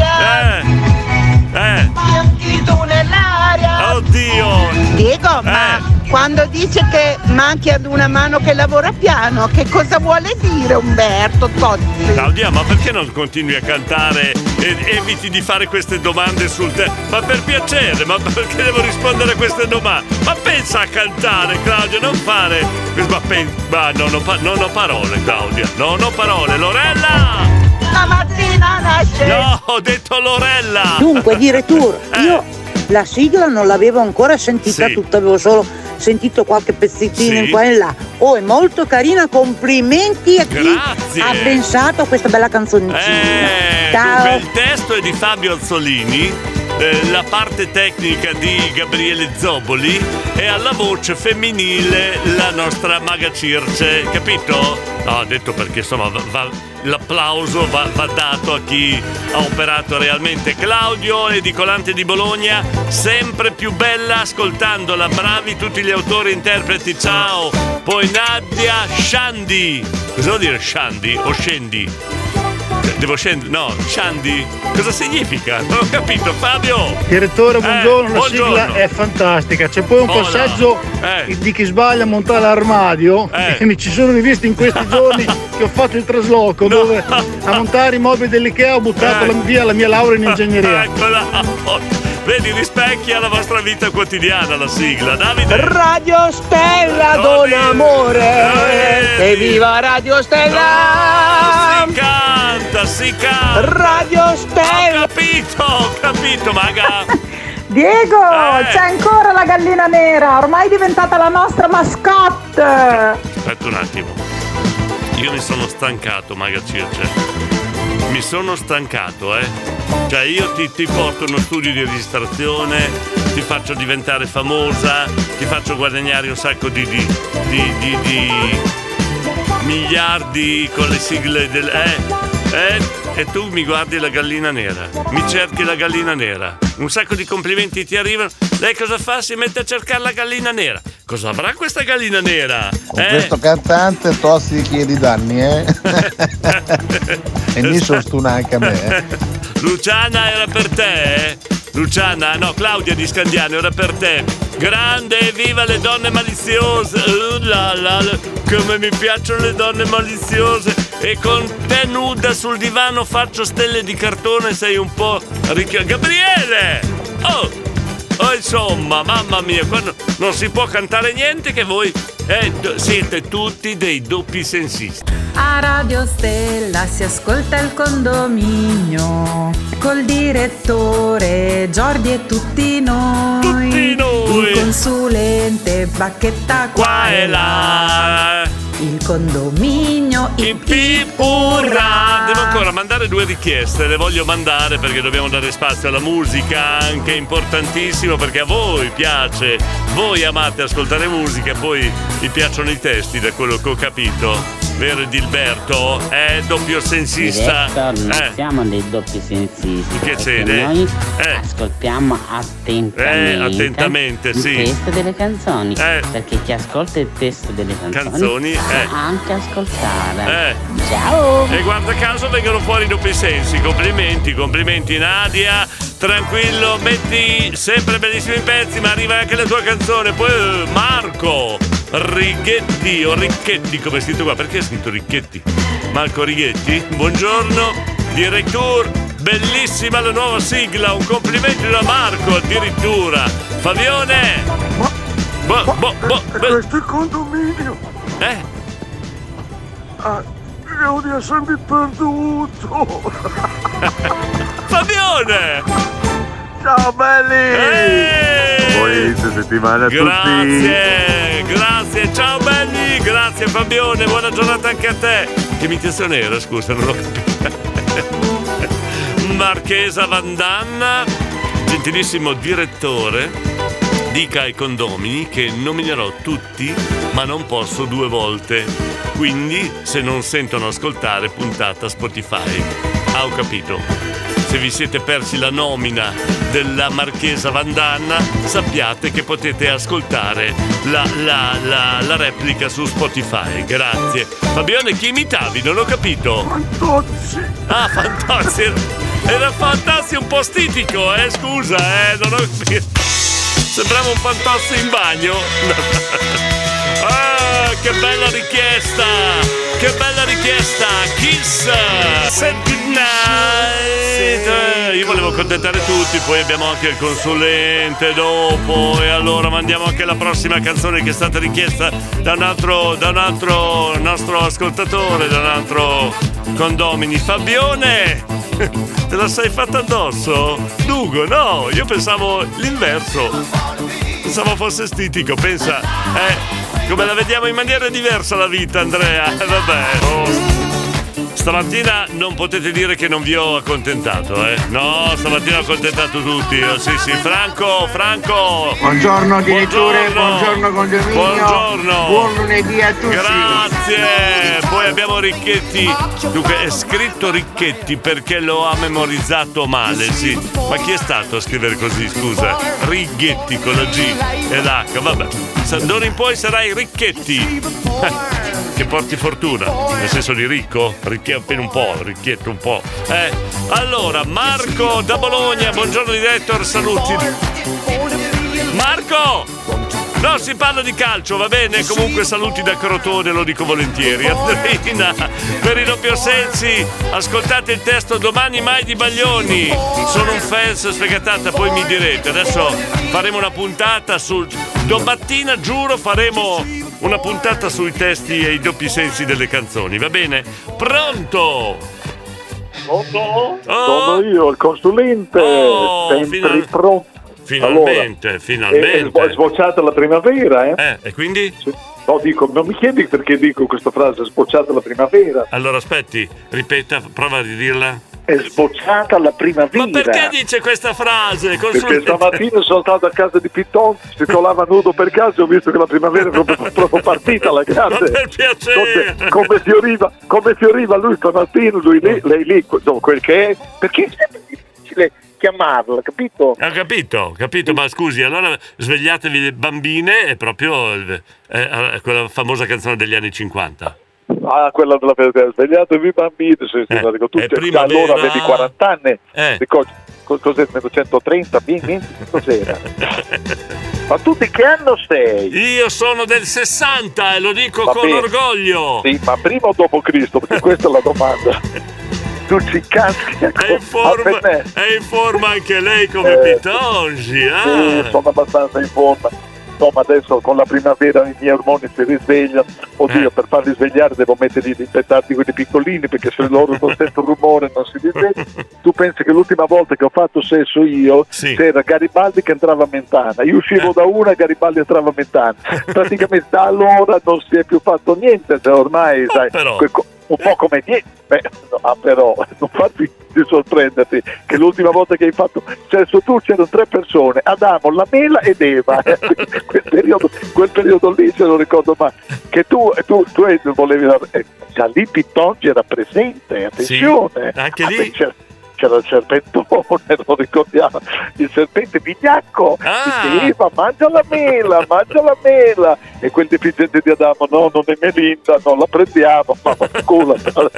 Eh! Eh! Anche tu nell'aria. Oddio! Diego, ma Eh. quando dice che manchi ad una mano che lavora piano, che cosa vuole dire Umberto Tozzi? Claudia, ma perché non continui a cantare e eviti di fare queste domande sul te? Ma per piacere, ma perché devo rispondere a queste domande? Ma pensa a cantare, Claudia, non fare. Ma, pen... ma non, ho pa- non ho parole, Claudia. Non ho parole. Lorella! La mattina nasce. No, ho detto Lorella! Dunque, dire tour, Eh. io la sigla non l'avevo ancora sentita Sì. tutta, avevo solo sentito qualche pezzettino Sì. in qua e là. Oh, è molto carina, complimenti a chi Grazie. ha pensato a questa bella canzoncina. Eh, Ciao. dunque, il testo è di Fabio Azzolini, eh, la parte tecnica di Gabriele Zoboli e alla voce femminile la nostra Maga Circe, capito? No, ho detto perché insomma va, va- l'applauso va, va dato a chi ha operato realmente. Claudio, edicolante di Bologna, sempre più bella ascoltandola, bravi tutti gli autori e interpreti, ciao. Poi Nadia Sciandi, cosa vuol dire Sciandi o Scendi? Devo scendere? No, Shandy? Cosa significa? Non ho capito, Fabio! Direttore, buongiorno, Eh, la buongiorno. sigla è fantastica. C'è poi un Hola. passaggio Eh. di chi sbaglia a montare l'armadio Eh. e mi ci sono rivisto in questi giorni che ho fatto il trasloco dove a montare i mobili dell'Ikea ho buttato Eh. la- via la mia laurea in ingegneria. Eccola! Vedi, rispecchia la vostra vita quotidiana la sigla. Davide! Radio Stella, Tony. don amore. Eh. Evviva Radio Stella! Si canta, si canta! Radio Stella! Ho capito, ho capito, maga! Diego, Eh. c'è ancora la gallina nera, ormai è diventata la nostra mascotte. Aspetta un attimo. Io mi sono stancato, maga Circe. Mi sono stancato, eh. Cioè io ti, ti porto uno studio di registrazione, ti faccio diventare famosa, ti faccio guadagnare un sacco di, di, di, di, di miliardi con le sigle del... Eh, eh, e tu mi guardi la gallina nera, mi cerchi la gallina nera, un sacco di complimenti ti arrivano, lei cosa fa? Si mette a cercare la gallina nera. Cosa avrà questa gallina nera? Con Eh? questo cantante tossi chiedi danni, eh? E mi sono stunato anche a me, eh? Luciana era per te, eh? Luciana, no, Claudia di Scandiano era per te. Grande, viva le donne maliziose. Uh, la, la, la, come mi piacciono le donne maliziose. E con te nuda sul divano faccio stelle di cartone, sei un po' ricca. Gabriele! Oh! Oh, insomma, mamma mia, quando non si può cantare niente che voi eh, do- siete tutti dei doppi sensisti. A Radio Stella si ascolta il condominio col direttore Giordi e tutti noi. Tutti noi. Il consulente Bacchetta qua e là. Il condominio in Urrà! Devo ancora mandare due richieste, le voglio mandare perché dobbiamo dare spazio alla musica, anche importantissimo perché a voi piace, voi amate ascoltare musica e poi vi piacciono i testi, da quello che ho capito. Vero Edilberto? È doppio sensista. Diretto, non Eh. siamo dei doppi sensisti. Che perché siete? Noi Eh. ascoltiamo attentamente, Eh, attentamente, il sì. testo delle canzoni. Eh. Perché chi ascolta il testo delle canzoni, Canzoni, sa eh. anche ascoltare. Eh. Ciao! E guarda caso vengono fuori i doppi sensi. Complimenti, complimenti Nadia. Tranquillo, metti sempre bellissimi pezzi, ma arriva anche la tua canzone. Poi eh, Marco Righetti o Ricchetti, come è scritto qua. Perché è scritto Ricchetti? Marco Righetti, buongiorno. Direttore, bellissima la nuova sigla. Un complimento da Marco addirittura. Fabione. Boh, boh, boh, boh. Questo è il condominio. Eh? Ah, io di essermi perduto. Fabione! Ciao belli! Buon inizio settimana a tutti! Grazie, grazie, ciao belli, grazie Fabione, buona giornata anche a te. Che imitazione era, scusa, non l'ho capito. Marchesa Vandanna, gentilissimo direttore, dica ai condomini che nominerò tutti, ma non posso due volte. Quindi, se non sentono ascoltare, puntata Spotify. Ah, ho capito. Se vi siete persi la nomina della Marchesa Vandanna, sappiate che potete ascoltare la, la, la, la replica su Spotify. Grazie. Fabione, chi imitavi? Non ho capito. Fantozzi. Ah, Fantozzi. Era Fantozzi un po' stitico, eh? Scusa, eh? Non ho capito. Sembrava un Fantozzi in bagno. Ah, che bella richiesta! Che bella richiesta! Kiss! Say goodnight! Io volevo accontentare tutti, poi abbiamo anche il consulente dopo e allora mandiamo anche la prossima canzone che è stata richiesta da un altro, da un altro nostro ascoltatore, da un altro condomini. Fabione! Te la sei fatta addosso? Dugo, no! Io pensavo l'inverso. Pensavo fosse stitico, pensa, eh, come la vediamo in maniera diversa la vita, Andrea. Eh, vabbè. Oh. Stamattina non potete dire che non vi ho accontentato, eh? No, stamattina ho accontentato tutti. Oh, sì, sì. Franco, Franco. Buongiorno direttore, buongiorno condominio. Buongiorno. Buon lunedì a tutti. Grazie. Poi abbiamo Ricchetti. Dunque è scritto Ricchetti perché lo ha memorizzato male, sì. Ma chi è stato a scrivere così, scusa? Righetti con la G e l'H, vabbè. D'ora in poi sarai Ricchetti. che porti fortuna, nel senso di ricco, ricchia appena un po', ricchietto un po'. Eh, allora, Marco da Bologna, buongiorno direttor, saluti. Marco! No, si parla di calcio, va bene? Comunque saluti da Crotone, lo dico volentieri. Andrina, per i doppio sensi, ascoltate il testo Domani mai di Baglioni. Sono un fans sfegatata, poi mi direte. Adesso faremo una puntata sul... Domattina, giuro, faremo una puntata sui testi e i doppi sensi delle canzoni, va bene? Pronto? Pronto? Oh. Sono io, il consulente, Oh, sempre final- pronto. Finalmente, Allora, finalmente. È, è sbocciata la primavera, eh? Eh, e quindi? No, dico, non mi chiedi perché dico questa frase, è sbocciata la primavera. Allora, aspetti, ripeta, prova a ridirla. È sbocciata la primavera. Ma perché dice questa frase? Perché Consulente? stamattina sono stato a casa di Piton, si colava nudo per caso e ho visto che la primavera è proprio, proprio partita alla grande. Ma per piacere! Come, come fioriva, come fioriva lui stamattina, lui lì, lei lì, no, quel che è. Perché è sempre difficile chiamarla, capito? Ho capito, ho capito, ma scusi, allora svegliatevi le bambine è proprio eh, eh, quella famosa canzone degli anni cinquanta. Ah, quella della verità, svegliatevi bambini, se, se Eh, dico, tu è cioè, primavera. allora avevi quaranta anni, Eh. ricordi, co- cos'è, centotrenta, venti, cos'era? Ma tu di che anno sei? Io sono del sessanta e lo dico Va con bene. orgoglio. Sì, ma prima o dopo Cristo? Perché questa è la domanda. Tu ci caschi a, È in forma, a me. è in forma anche lei come Eh, Pitongi, eh? Sì, sono abbastanza in forma. Insomma, adesso con la primavera i miei ormoni si risvegliano. Oddio, Eh. per farli svegliare devo metterli di petardi quelli piccolini, perché se loro non sentono rumore non si risvegliano. Tu pensi che l'ultima volta che ho fatto sesso io Sì. c'era Garibaldi che entrava a Mentana. Io uscivo da una e Garibaldi entrava a Mentana. Praticamente da allora non si è più fatto niente, cioè ormai sai, però. quel co- un po' come niente. Beh, no, ah, però non farti di sorprenderti che l'ultima volta che hai fatto sesso tu c'erano tre persone, Adamo, la mela ed Eva. quel, periodo, quel periodo lì se lo ricordo mai. Che tu, tu, tu eh, volevi eh, già lì Pitongi era presente, attenzione. Sì, anche Ah, lì. beh, c'era, c'era il serpentone, lo ricordiamo, il serpente vigliacco, Ah. dice, Eva mangia la mela, mangia la mela, e quel deficiente di Adamo, no, non è Melinda, non la prendiamo, ma scusa.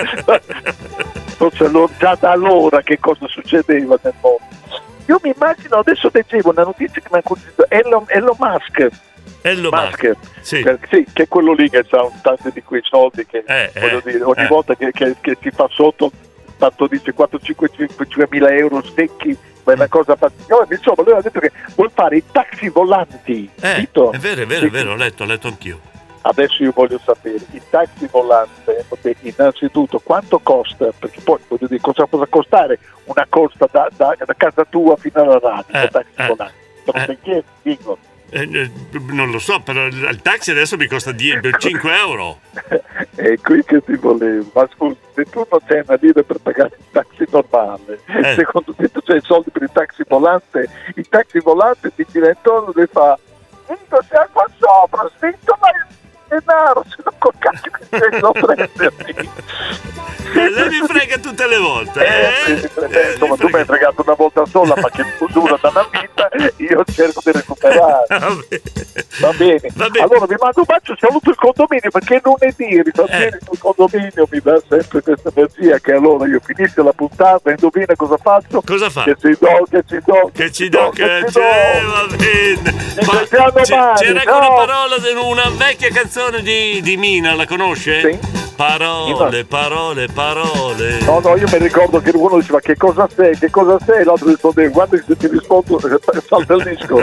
Forse lo- già da allora che cosa succedeva nel mondo. Io mi immagino, adesso leggevo una notizia che mi ha incuriosito, Elon, Elon Musk, Elon Musk, Musk, sì. che, sì, che è quello lì che ha un tanto di quei soldi che Eh, voglio eh, dire, ogni eh. volta che, che, che si fa sotto tanto dice quattro cinque mila euro secchi, ma è una cosa particolare. Insomma, lui ha detto che vuol fare i taxi volanti. Eh, capito? è vero, è vero, è vero, ho letto, ho letto anch'io. Adesso io voglio sapere, il taxi volante, ok, innanzitutto quanto costa? Perché poi voglio dire, cosa può costare una costa da, da, da casa tua fino alla radio, Eh, il taxi eh, volante? Te lo eh. sai chiedere? Dico. Eh, eh, non lo so, però il il taxi adesso mi costa die- cinque euro. È qui che ti volevo, ma scusa, se tu non c'hai una lira per pagare il taxi normale, Eh. secondo te tu c'hai i soldi per il taxi volante, il taxi volante ti gira intorno e fa Vinto sei qua sopra, sento ma il denaro, se non col cazzo che sei lo prendi. Eh, lei mi frega tutte le volte. Eh, Eh? sì, sì, sì, insomma, tu mi hai fregato una volta sola, ma che dura da una vita, io cerco di recuperare. Va bene. Va bene. Allora vi mando un bacio, saluto il condominio perché lunedì ripartire sul condominio mi dà sempre questa energia che allora io finisco la puntata, indovina cosa faccio? Cosa fa? Che ci do, che ci do, Che ci do, che ci c'è, va bene. Ci Ma sentiamo c'è- domani, c'era anche ciao. una parola di una vecchia canzone di, di Mina, la conosce? Sì. Parole, parole, parole. No, no, io mi ricordo che uno diceva che cosa sei, che cosa sei, l'altro rispondeva guarda che se ti rispondo salta il disco.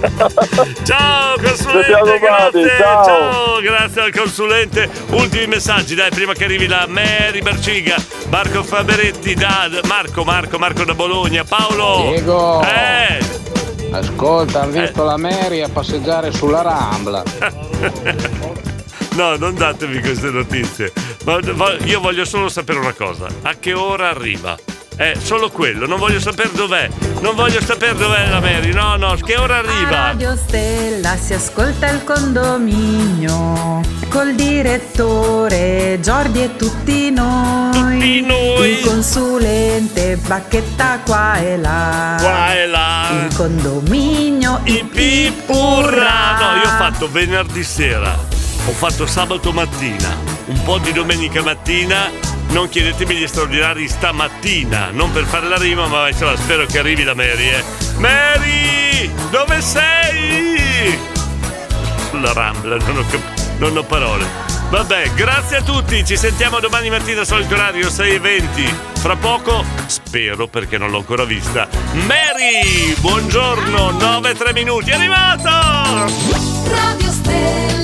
Ciao consulente, Sentiamo domani, grazie, ciao. ciao, grazie al consulente. Ultimi messaggi, dai, prima che arrivi la Mary Barciga, Marco Faberetti da Marco, Marco, Marco da Bologna, Paolo. Diego. Eh, Ascolta, ho visto la Mary a passeggiare sulla Rambla. no, non datevi queste notizie. Ma vo- io voglio solo sapere una cosa: a che ora arriva? Eh, solo quello, non voglio sapere dov'è. Non voglio sapere dov'è la Mary. No, no, che ora A arriva? Radio Stella si ascolta il condominio col direttore Giordi e tutti noi. Tutti noi. Il consulente Bacchetta qua e là. Qua e là. Il condominio I Pipurra. No, io ho fatto venerdì sera, ho fatto sabato mattina un po' di domenica mattina, non chiedetemi gli straordinari stamattina, non per fare la rima, ma insomma spero che arrivi la Mary, eh. Mary, dove sei? La Rambla, non ho, cap- non ho parole. Vabbè, grazie a tutti, ci sentiamo domani mattina, solito orario sei e venti. Fra poco, spero perché non l'ho ancora vista, Mary, buongiorno, nove e tre minuti, è arrivata! Radio Stella.